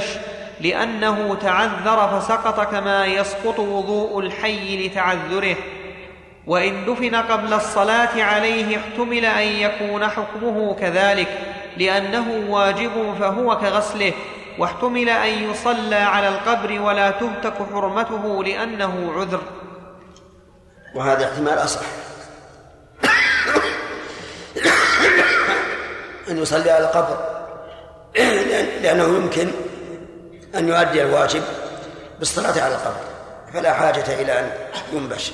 S7: لأنه تعذر فسقط كما يسقط وضوء الحي لتعذره. وإن دفن قبل الصلاة عليه احتمل أن يكون حكمه كذلك لأنه واجب فهو كغسله، واحتمل أن يصلى على القبر ولا تهتك حرمته لأنه عذر.
S2: وهذا احتمال أصح أن يصلي على القبر لأنه يمكن أن يؤدي الواجب بالصلاة على القبر، فلا حاجة إلى أن ينبش.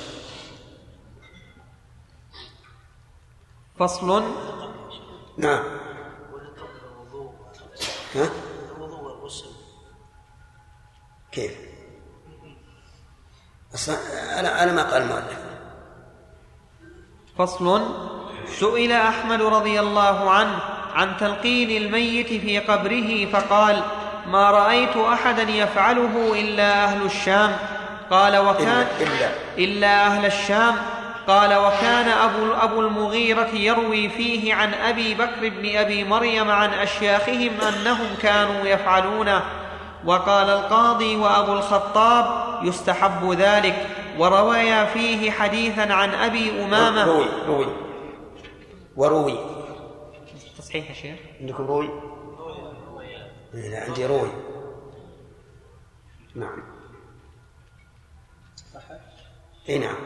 S7: فصل.
S2: نعم. ها؟
S16: الوضوء والغسل
S2: كيف؟ أنا ما قال المؤلف.
S7: فصل. سئل أحمد رضي الله عنه عن تلقين الميت في قبره فقال: ما رأيت أحدا يفعله إلا أهل الشام. قال: وكان إلا أهل الشام. قال: وكان أبو المغيرة يروي فيه عن أبي بكر بن أبي مريم عن أشياخهم أنهم كانوا يفعلونه. وقال القاضي وأبو الخطاب: يستحب ذلك. وروي فيه حديثا عن أبي أمامة.
S2: وروي
S7: تصحيح يا شيخ.
S2: عندكم روي؟ لا، عندي روي. نعم. اي نعم.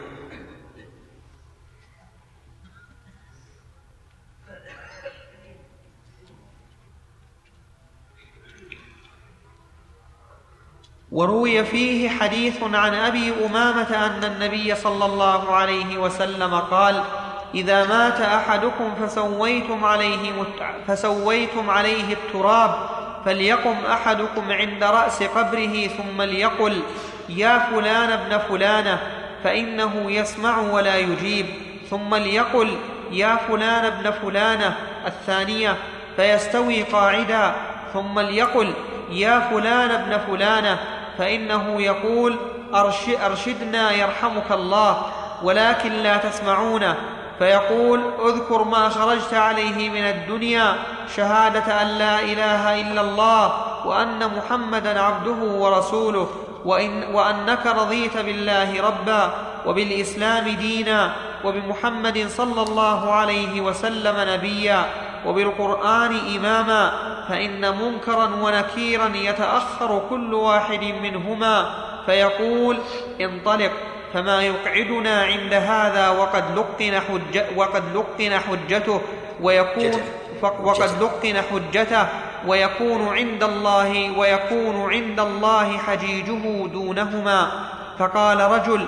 S7: وروي فيه حديث عن أبي أمامة أن النبي صلى الله عليه وسلم قال: إذا مات أحدكم فسويتم عليه التراب فليقم أحدكم عند رأس قبره ثم ليقل: يا فلان ابن فلانة، فإنه يسمع ولا يجيب. ثم ليقل: يا فلان ابن فلانة الثانية، فيستوي قاعدا. ثم ليقل: يا فلان ابن فلانة، فإنه يقول: أرشدنا يرحمك الله، ولكن لا تسمعونه. فيقول: اذكر ما خرجت عليه من الدنيا، شهادة أن لا إله إلا الله وأن محمدا عبده ورسوله، وأنك رضيت بالله ربا وبالإسلام دينا وبمحمد صلى الله عليه وسلم نبيا وبالقرآن إماما، فإن منكرا ونكيرا يتأخر كل واحد منهما، فيقول: انطلق، فما يقعدنا عند هذا وقد لقن حجته ويكون عند الله حجيجه دونهما. فقال رجل: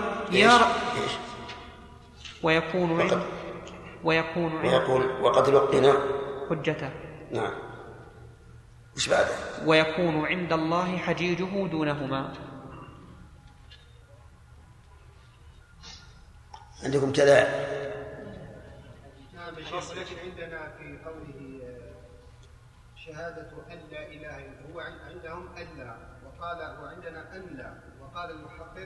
S2: وقد لقن
S7: حجته.
S2: نعم. إيش بعده؟
S7: ويكون عند الله حجيجه دونهما.
S2: عندكم كذا؟
S8: نعم. لكن عندنا في قوله شهادة أن لا إله إلا هو، عندهم ألا، وعندنا أن لا، وقال المحقق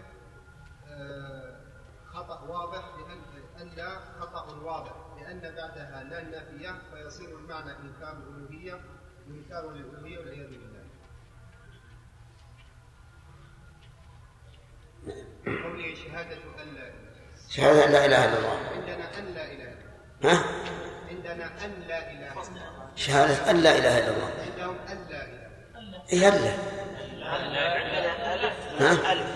S8: خطأ واضح، لأن ألا خطأ واضح لأن بعدها لا نافية، فيصير المعنى إنكار الألوهية والعياذ بالله. قوله شهادة أن لا إله،
S2: شهادة أن لا إله إلا الله.
S8: عندنا أن لا إله.
S2: ها؟
S8: عندنا أن لا إله.
S2: شهادة أن لا إله إلا الله.
S8: عندهم أن لا إله.
S2: إيه ألا؟
S16: عندنا ألف.
S2: ها؟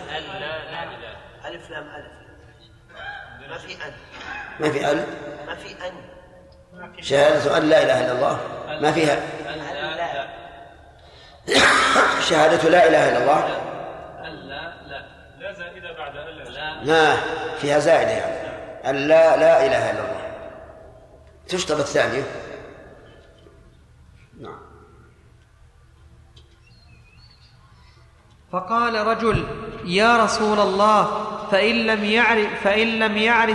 S16: ألف لام ألف. ما في أن.
S2: ما في أل.
S16: ما في أن.
S2: شهادة أن لا إله إلا الله ما فيها. شهادة لا إله إلا الله.
S6: لا زائدة بعد ألا.
S2: لا فيها زائدة يعني. أن لا إله إلا الله تشطب الثانية. نعم.
S7: فقال رجل: يا رسول الله، فإن لم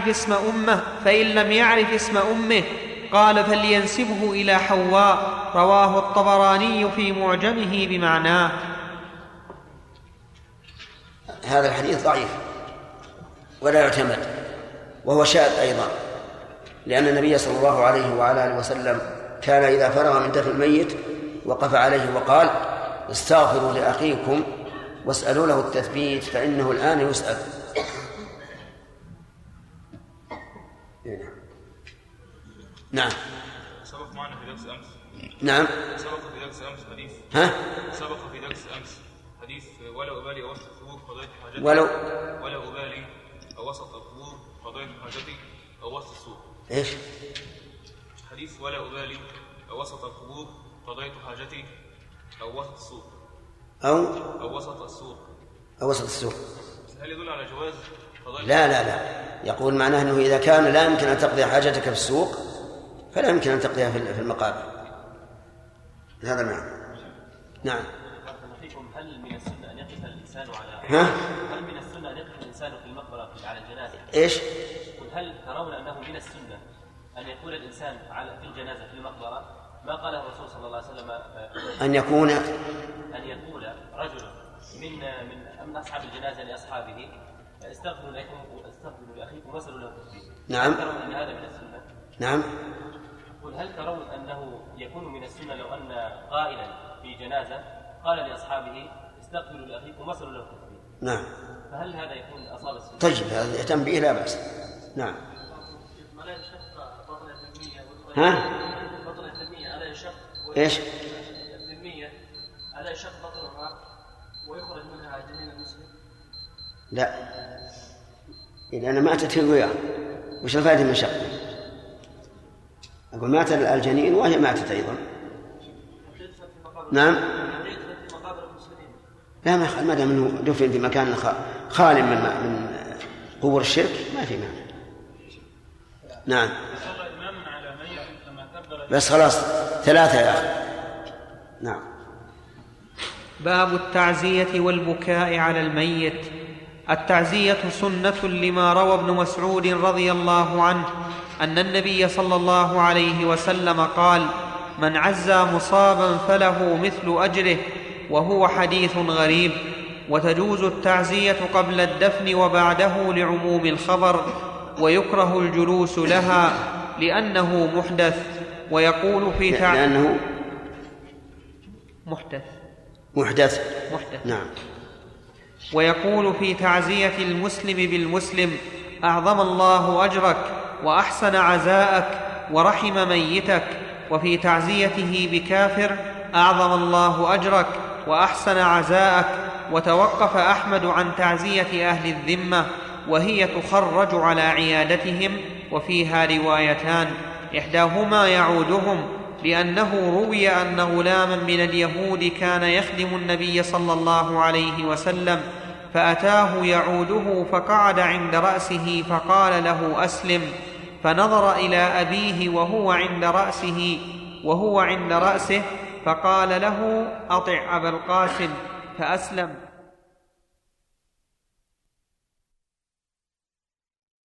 S7: يعرف اسم أمه. قال: فلينسبه إلى حواء. رواه الطبراني في معجمه بمعناه.
S2: هذا الحديث ضعيف ولا يعتمد، وهو شاذ أيضا، لأن النبي صلى الله عليه وعلى آله وسلم كان إذا فرغ من دفن الميت وقف عليه وقال: استغفروا لأخيكم واسألوا له التثبيت فإنه الآن يسأل. نعم.
S17: سبق معنا في درس أمس.
S2: نعم.
S17: سبق في درس أمس حديث. سبق في درس أمس حديث ولا أبالي أوسط القبور قضيت حاجتي. ولا أبالي أوسط القبور قضيت حاجتي أو وسط السوق.
S2: إيش؟
S17: حديث ولا أبالي أوسط القبور قضيت حاجتي أو وسط السوق. أو وسط السوق.
S2: أو وسط السوق.
S17: هل يدل على جواز قضاء؟
S2: لا. يقول معناه أنه إذا كان لا يمكن أن تقضي حاجتك في السوق فلا يمكن أن تقضيها في المقابر. هذا معنى. نعم.
S9: هل من السنة أن يقف الإنسان هل من السنة أن يقف الإنسان في المقبرة على الجنازة؟
S2: إيش؟
S9: هل ترون أنه من السنة أن يقول الإنسان في الجنازة في المقبرة ما قاله الرسول صلى الله عليه وسلم
S2: أن يقول رجل من أصحاب الجنازة لأصحابه استغفروا لكم واستغفروا لأخيكم واسألوا له التثبيت. نعم.
S9: هل ترون أن هذا من السنة؟
S2: نعم.
S9: هل ترون أنه يكون من السنة لو أن قائلا في جنازة قال لأصحابه استغفروا لأخيكم واسألوا له التثبيت؟
S2: نعم.
S9: فهل هذا يكون أصاب السنة؟
S2: طيب هذا يهتم به لا بأس. نعم.
S14: ألا يشق بطن الذمية بطن الذمية ألا يشق
S2: إيش؟
S14: الذمية ألا يشق بطنها ويخرج منها جنين المسلم؟
S2: لا، إذا أنا ماتت الوياه وش الفائدة من شقه؟ أقول مات الجنين وهي ماتت أيضا. نعم. لا ما دام أنه دفن في مكان خال من قبور الشرك ما في معنى. نعم. بس خلاص 3 يا أخي. نعم.
S7: باب التعزية والبكاء على الميت. التعزية سنة لما روى ابن مسعود رضي الله عنه أن النبي صلى الله عليه وسلم قال: من عزى مصابا فله مثل أجره، وهو حديث غريب. وتجوز التعزية قبل الدفن وبعده لعموم الخبر، ويكره الجلوس لها لأنه محدث. ويقول في
S2: لأنه محدث. نعم.
S7: ويقول في تعزية المسلم بالمسلم: أعظم الله أجرك وأحسن عزاءك ورحم ميتك. وفي تعزيته بكافر: أعظم الله أجرك وأحسن عزاءك. وتوقف أحمد عن تعزية أهل الذمة، وهي تخرج على عيادتهم، وفيها روايتان: إحداهما يعودهم، لأنه روي أن غلاما من اليهود كان يخدم النبي صلى الله عليه وسلم، فأتاه يعوده فقعد عند رأسه فقال له: أسلم. فنظر إلى أبيه وهو عند رأسه فقال له: أطع أبا القاسم، فأسلم.